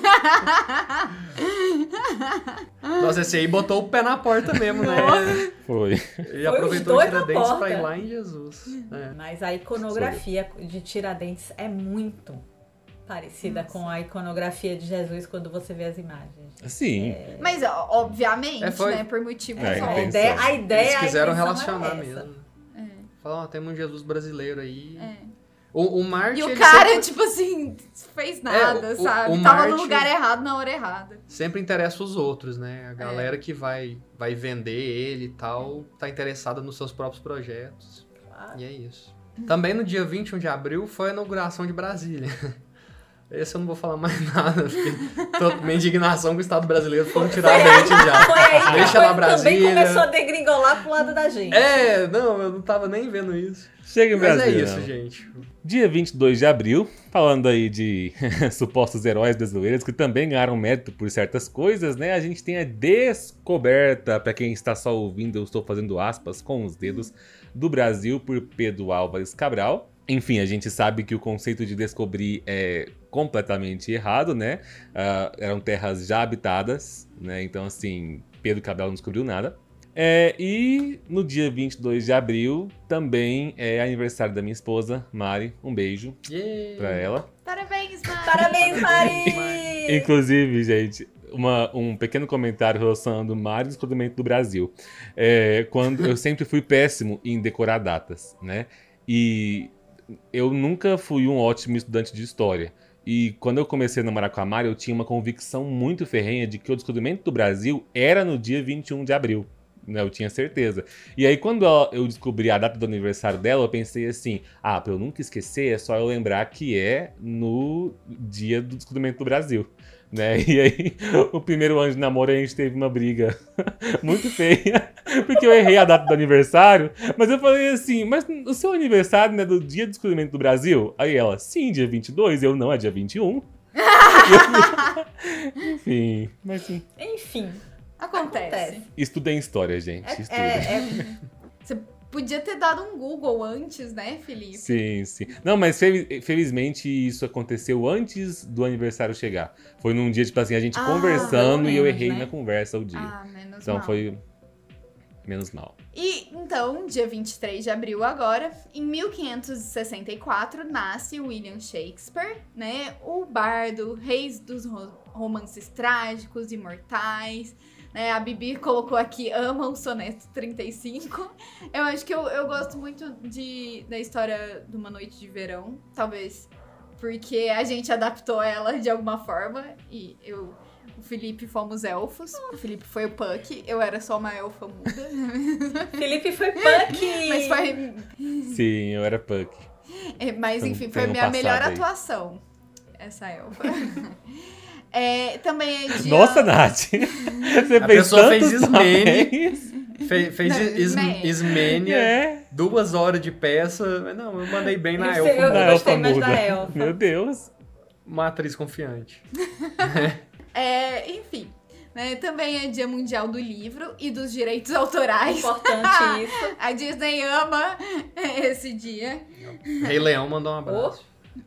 Nossa, esse aí botou o pé na porta mesmo, né? Foi. E aproveitou o Tiradentes pra ir lá em Jesus. Mas a iconografia de Tiradentes é muito parecida com a iconografia de Jesus quando você vê as imagens. Sim. Mas, obviamente, foi. né, por motivos intenção. óbvios. A ideia, Eles quiseram a intenção relacionar é essa. mesmo. Falaram, temos um Jesus brasileiro aí. O Marte, E o ele cara, sempre, tipo assim, fez nada, o sabe? Marte Tava no lugar errado, na hora errada. sempre interessa os outros, né? A galera que vai vender ele e tal, tá interessada nos seus próprios projetos. E é isso. Também no dia 21 de abril foi a inauguração de Brasília. Esse eu não vou falar mais nada, porque minha indignação com o Estado brasileiro foi tirar dente já. Foi aí Deixa que lá a coisa Brasília. também começou a degringolar pro lado da gente. Não, eu não tava nem vendo isso. Chega em Mas Brasília. é isso, gente. Dia 22 de abril, falando aí de supostos heróis brasileiros que também ganharam mérito por certas coisas, né? A gente tem a descoberta, para quem está só ouvindo, eu estou fazendo aspas com os dedos, do Brasil por Pedro Álvares Cabral. Enfim, a gente sabe que o conceito de descobrir é completamente errado, né? Eram terras já habitadas, né? Então, assim, Pedro Cabral não descobriu nada. E no dia 22 de abril também é aniversário da minha esposa, Mari. Um beijo pra ela. Parabéns, Mari! Parabéns, Mari! Inclusive, gente, um pequeno comentário relacionando Mari e o descobrimento do Brasil. Quando eu sempre fui péssimo em decorar datas, né? E eu nunca fui um ótimo estudante de história. E quando eu comecei a namorar com a Mari, eu tinha uma convicção muito ferrenha de que o descobrimento do Brasil era no dia 21 de abril. Eu tinha certeza. E aí, quando eu descobri a data do aniversário dela, eu pensei assim, pra eu nunca esquecer, é só eu lembrar que é no dia do descobrimento do Brasil. Né? E aí, o primeiro ano de namoro, a gente teve uma briga muito feia, porque eu errei a data do aniversário, mas eu falei assim, mas o seu aniversário não é do dia do descobrimento do Brasil? Aí ela, sim, dia 22, eu não, é dia 21. Enfim, mas sim. Enfim. Acontece. Estudem história, gente, estudem. Você podia ter dado um Google antes, né, Felipe? Sim, sim. Não, mas felizmente isso aconteceu antes do aniversário chegar. Foi num dia, tipo assim, a gente conversando pelo e eu menos, errei né? na conversa o dia. Menos Então mal. foi menos mal. E, então, dia 23 de abril agora, em 1564, nasce William Shakespeare, né? O bardo, rei dos romances trágicos, imortais, né? A Bibi colocou aqui, ama o soneto 35. Eu acho que eu gosto muito da história de Uma Noite de Verão, talvez porque a gente adaptou ela de alguma forma, e o Felipe fomos elfos, o Felipe foi o Puck, eu era só uma elfa muda. Felipe foi punk! Mas foi... Sim, eu era punk. Mas enfim, foi a Tem um minha melhor passado aí. atuação. Essa elfa. Também é dia... Nossa, Nath! Você A fez pessoa fez tantos Ismene. papéis. Fez Ismênia, É. 2 horas de peça. Mas não, eu mandei bem na Eu elfa. Da gostei elfa mais muda. da elfa. Meu Deus. Uma atriz confiante. Enfim, né, também é dia mundial do livro e dos direitos autorais. Importante isso. A Disney ama esse dia. Rei Leão mandou um abraço.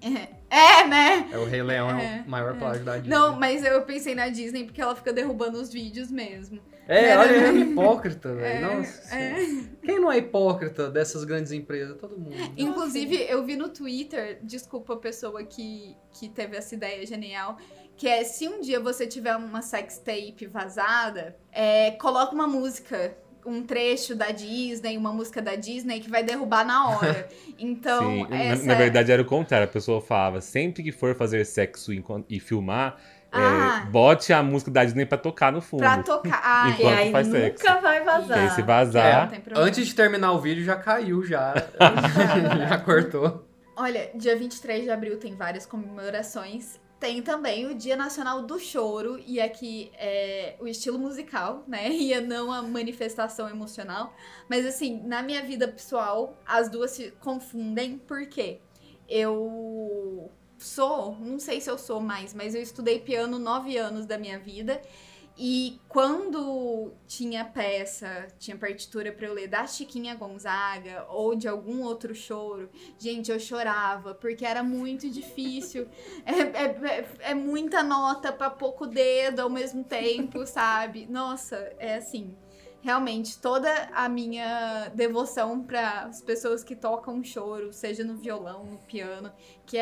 Né? O Rei Leão é o maior plágio da Disney. Não, mas eu pensei na Disney porque ela fica derrubando os vídeos mesmo. Olha, é hipócrita, velho. Nossa Senhora. Quem não é hipócrita dessas grandes empresas? Todo mundo. Inclusive, eu vi no Twitter, desculpa a pessoa que teve essa ideia genial, que é, se um dia você tiver uma sextape vazada, coloca uma música, um trecho da Disney, uma música da Disney que vai derrubar na hora. Então, Sim, na verdade era o contrário. A pessoa falava, sempre que for fazer sexo e filmar, bote a música da Disney pra tocar no fundo. Pra tocar. E Enquanto aí faz nunca sexo. vai vazar. E aí se vazar... Não tem problema. Antes de terminar o vídeo, já caiu, já. Já cortou. Olha, dia 23 de abril tem várias comemorações. Tem também o Dia Nacional do Choro, e aqui é o estilo musical, né? E não a manifestação emocional. Mas assim, na minha vida pessoal, as duas se confundem, porque eu não sei se eu sou mais, mas eu estudei piano 9 anos da minha vida. E quando tinha partitura pra eu ler da Chiquinha Gonzaga ou de algum outro choro, gente, eu chorava, porque era muito difícil. É muita nota pra pouco dedo ao mesmo tempo, sabe? Nossa, é assim, realmente, toda a minha devoção para as pessoas que tocam choro, seja no violão, no piano, que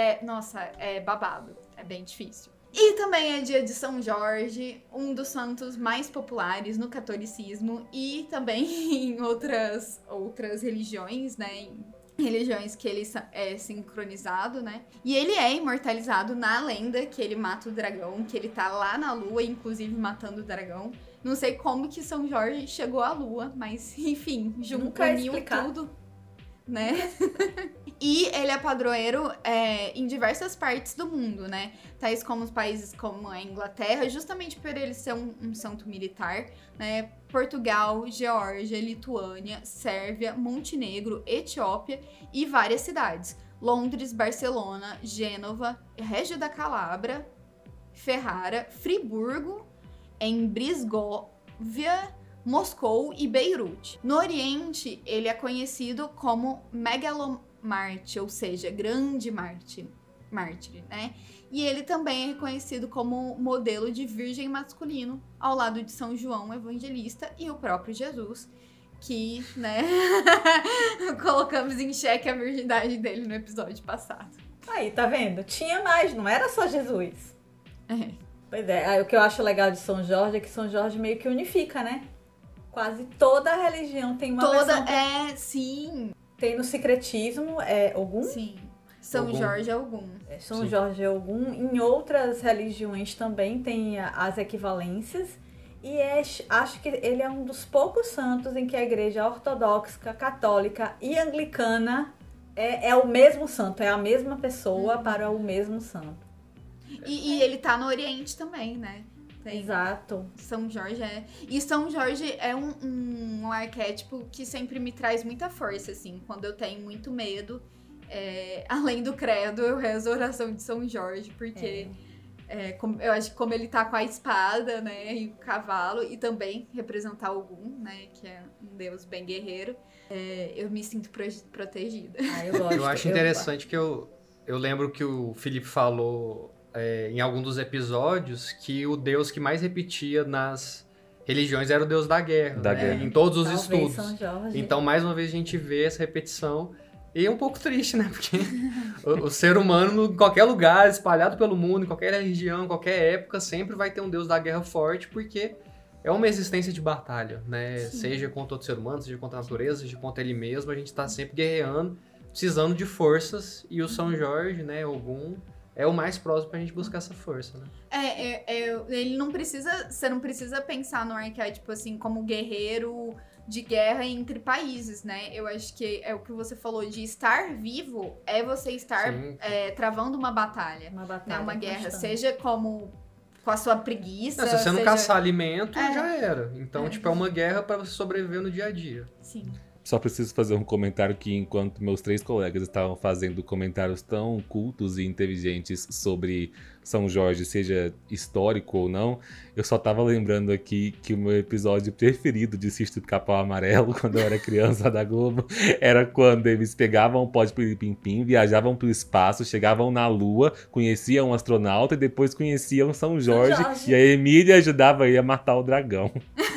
é babado, é bem difícil. E também é dia de São Jorge, um dos santos mais populares no catolicismo e também em outras religiões, né? Em religiões que ele é sincronizado, né? E ele é imortalizado na lenda que ele mata o dragão, que ele tá lá na lua, inclusive matando o dragão. Não sei como que São Jorge chegou à lua, mas enfim, uniu tudo, né? E ele é padroeiro em diversas partes do mundo, né? Tais como os países como a Inglaterra, justamente por ele ser um santo militar, né? Portugal, Geórgia, Lituânia, Sérvia, Montenegro, Etiópia e várias cidades. Londres, Barcelona, Gênova, Régio da Calabra, Ferrara, Friburgo, em Brisgóvia, Moscou e Beirute. No Oriente, ele é conhecido como Megalomarte, ou seja, grande mártir, né? E ele também é reconhecido como modelo de virgem masculino, ao lado de São João Evangelista e o próprio Jesus, que, né, colocamos em xeque a virgindade dele no episódio passado. Aí, tá vendo? Tinha mais, não era só Jesus. Pois é, o que eu acho legal de São Jorge é que São Jorge meio que unifica, né? Quase toda a religião tem uma versão. Sim. Tem no secretismo, Ogum? Sim. São Ogum. Jorge é Ogum. São Sim. Jorge é Ogum. Em outras religiões também tem as equivalências. E acho que ele é um dos poucos santos em que a igreja ortodoxa, católica e anglicana é o mesmo santo, é a mesma pessoa para o mesmo santo. E ele tá no Oriente também, né? Exato. São Jorge E São Jorge é um arquétipo que sempre me traz muita força, assim. Quando eu tenho muito medo, além do credo, eu rezo a oração de São Jorge, porque eu acho que como ele tá com a espada, né, e o cavalo, e também representar Ogum, né, que é um deus bem guerreiro, eu me sinto protegida. Eu gosto. Eu acho interessante que eu lembro que o Felipe falou em algum dos episódios que o deus que mais repetia nas religiões era o deus da guerra, né? Em todos os Talvez estudos. São Jorge. Então, mais uma vez, a gente vê essa repetição. E é um pouco triste, né? Porque o ser humano, em qualquer lugar, espalhado pelo mundo, em qualquer religião, em qualquer época, sempre vai ter um deus da guerra forte, porque é uma existência de batalha, né? Sim. Seja contra outro ser humano, seja contra a natureza, seja contra ele mesmo, a gente tá sempre guerreando, precisando de forças, e o São Jorge, né, Ogum, é o mais próximo pra gente buscar essa força, né? Ele não precisa... Você não precisa pensar no arquétipo, assim, como guerreiro de guerra entre países, né? Eu acho que é o que você falou de estar vivo, é você estar travando uma batalha. Uma batalha. Né? Uma guerra, constante. seja como com a sua preguiça. Se você não seja... caçar alimento, já era. Então, tipo, é uma guerra pra você sobreviver no dia a dia. Sim. Só preciso fazer um comentário que enquanto meus 3 colegas estavam fazendo comentários tão cultos e inteligentes sobre São Jorge, seja histórico ou não, eu só tava lembrando aqui que o meu episódio preferido de Sítio do Capão Amarelo, quando eu era criança da Globo, era quando eles pegavam o pó de Piripimpim, viajavam pro espaço, chegavam na Lua, conheciam um astronauta e depois conheciam São Jorge. E a Emília ajudava ele a matar o dragão.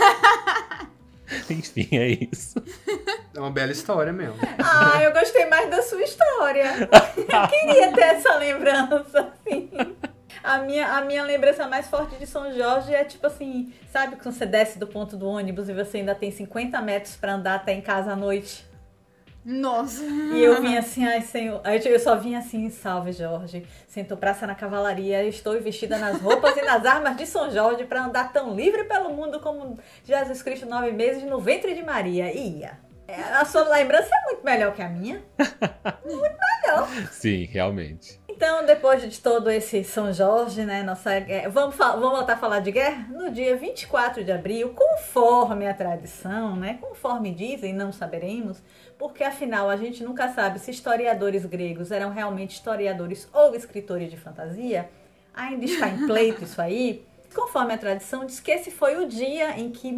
Enfim, é isso. É uma bela história mesmo. Ah, eu gostei mais da sua história. Eu queria ter essa lembrança, assim. A minha lembrança mais forte de São Jorge é tipo assim, sabe quando você desce do ponto do ônibus e você ainda tem 50 metros pra andar até em casa à noite? Nossa. E eu vinha assim, ai Senhor. Aí eu só vinha assim, salve Jorge. Sentou praça na cavalaria, estou vestida nas roupas e nas armas de São Jorge pra andar tão livre pelo mundo como Jesus Cristo 9 meses no ventre de Maria. Ia. A sua lembrança é muito melhor que a minha. Muito melhor. Sim, realmente. Então, depois de todo esse São Jorge, né, vamos voltar a falar de guerra? No dia 24 de abril, conforme a tradição, né, conforme dizem, não saberemos, porque afinal a gente nunca sabe se historiadores gregos eram realmente historiadores ou escritores de fantasia, ainda está em pleito isso aí. Conforme a tradição, diz que esse foi o dia em que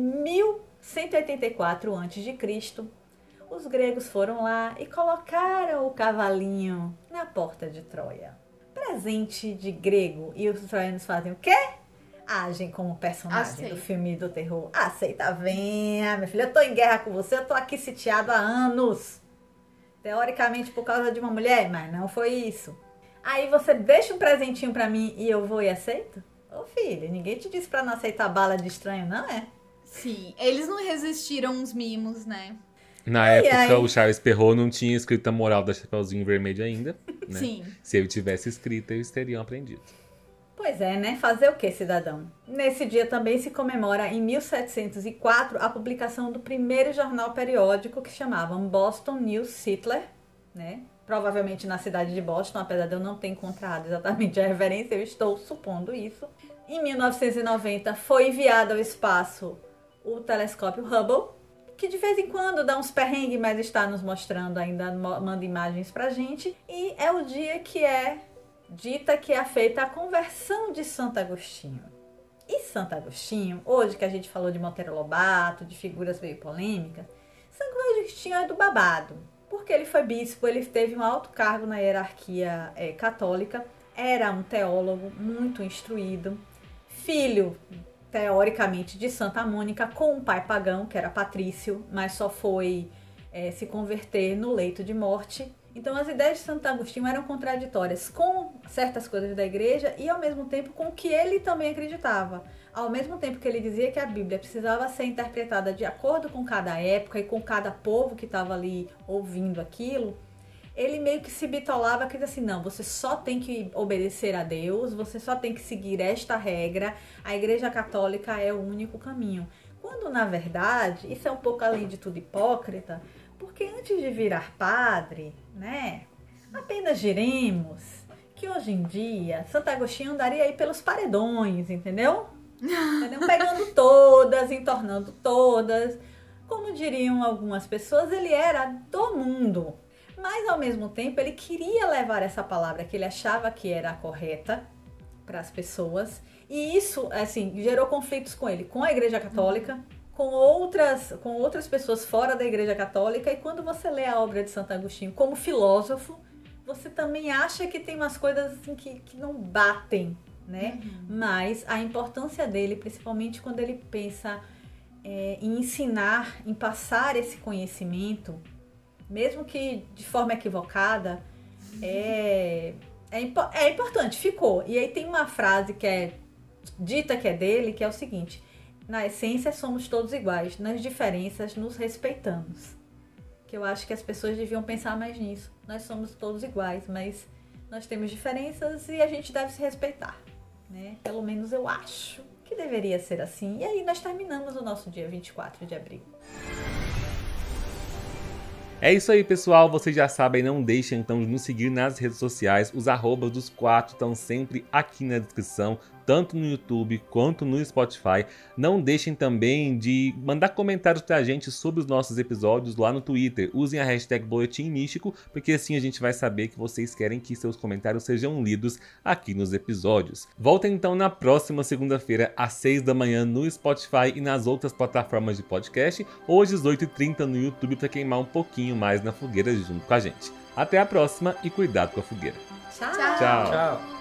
1184 a.C., os gregos foram lá e colocaram o cavalinho na porta de Troia. Presente de grego. E os troianos fazem o quê? Agem como personagem do filme do terror. Aceita, venha, minha filha, eu tô em guerra com você, eu tô aqui sitiado há anos. Teoricamente por causa de uma mulher, mas não foi isso. Aí você deixa um presentinho pra mim e eu vou e aceito? Ô filha, ninguém te disse pra não aceitar bala de estranho, não é? Sim, eles não resistiram uns mimos, né? Na época, o Charles Perrault não tinha escrito a moral da Chapeuzinho Vermelho ainda, né? Sim. Se ele tivesse escrito, eles teriam aprendido. Pois é, né? Fazer o que, cidadão? Nesse dia também se comemora, em 1704, a publicação do primeiro jornal periódico que chamavam Boston News Settler, né? Provavelmente na cidade de Boston, apesar de eu não ter encontrado exatamente a referência, eu estou supondo isso. Em 1990 foi enviado ao espaço o telescópio Hubble, que de vez em quando dá uns perrengues, mas está nos mostrando ainda, manda imagens pra gente. E é o dia que é dita que é feita a conversão de Santo Agostinho. E Santo Agostinho, hoje que a gente falou de Monteiro Lobato, de figuras meio polêmicas, Santo Agostinho é do babado, porque ele foi bispo, ele teve um alto cargo na hierarquia católica, era um teólogo muito instruído, filho teoricamente de Santa Mônica, com um pai pagão, que era Patrício, mas só foi se converter no leito de morte. Então as ideias de Santo Agostinho eram contraditórias com certas coisas da igreja e ao mesmo tempo com o que ele também acreditava. Ao mesmo tempo que ele dizia que a Bíblia precisava ser interpretada de acordo com cada época e com cada povo que estava ali ouvindo aquilo, ele meio que se bitolava, que dizia assim, não, você só tem que obedecer a Deus, você só tem que seguir esta regra, a Igreja Católica é o único caminho. Quando, na verdade, isso é um pouco além de tudo hipócrita, porque antes de virar padre, né, apenas diremos que hoje em dia Santo Agostinho andaria aí pelos paredões, entendeu? Pegando todas, entornando todas. Como diriam algumas pessoas, ele era do mundo. Mas, ao mesmo tempo, ele queria levar essa palavra que ele achava que era a correta para as pessoas. E isso, assim, gerou conflitos com ele, com a Igreja Católica, com outras pessoas fora da Igreja Católica. E quando você lê a obra de Santo Agostinho como filósofo, você também acha que tem umas coisas assim que não batem, né? Mas a importância dele, principalmente quando ele pensa em ensinar, em passar esse conhecimento, mesmo que de forma equivocada, é importante, ficou. E aí tem uma frase que é dita que é dele, que é o seguinte: na essência somos todos iguais, nas diferenças nos respeitamos. Que eu acho que as pessoas deviam pensar mais nisso. Nós somos todos iguais, mas nós temos diferenças e a gente deve se respeitar, né? Pelo menos eu acho que deveria ser assim. E aí nós terminamos o nosso dia 24 de abril. É isso aí, pessoal. Vocês já sabem, não deixem então de nos seguir nas redes sociais. Os arrobas dos 4 estão sempre aqui na descrição, tanto no YouTube quanto no Spotify. Não deixem também de mandar comentários pra gente sobre os nossos episódios lá no Twitter. Usem a hashtag Boletim Místico, porque assim a gente vai saber que vocês querem que seus comentários sejam lidos aqui nos episódios. Voltem então na próxima segunda-feira, às 6 da manhã, no Spotify e nas outras plataformas de podcast, ou às 18h30 no YouTube, para queimar um pouquinho mais na fogueira junto com a gente. Até a próxima e cuidado com a fogueira. Tchau. Tchau. Tchau.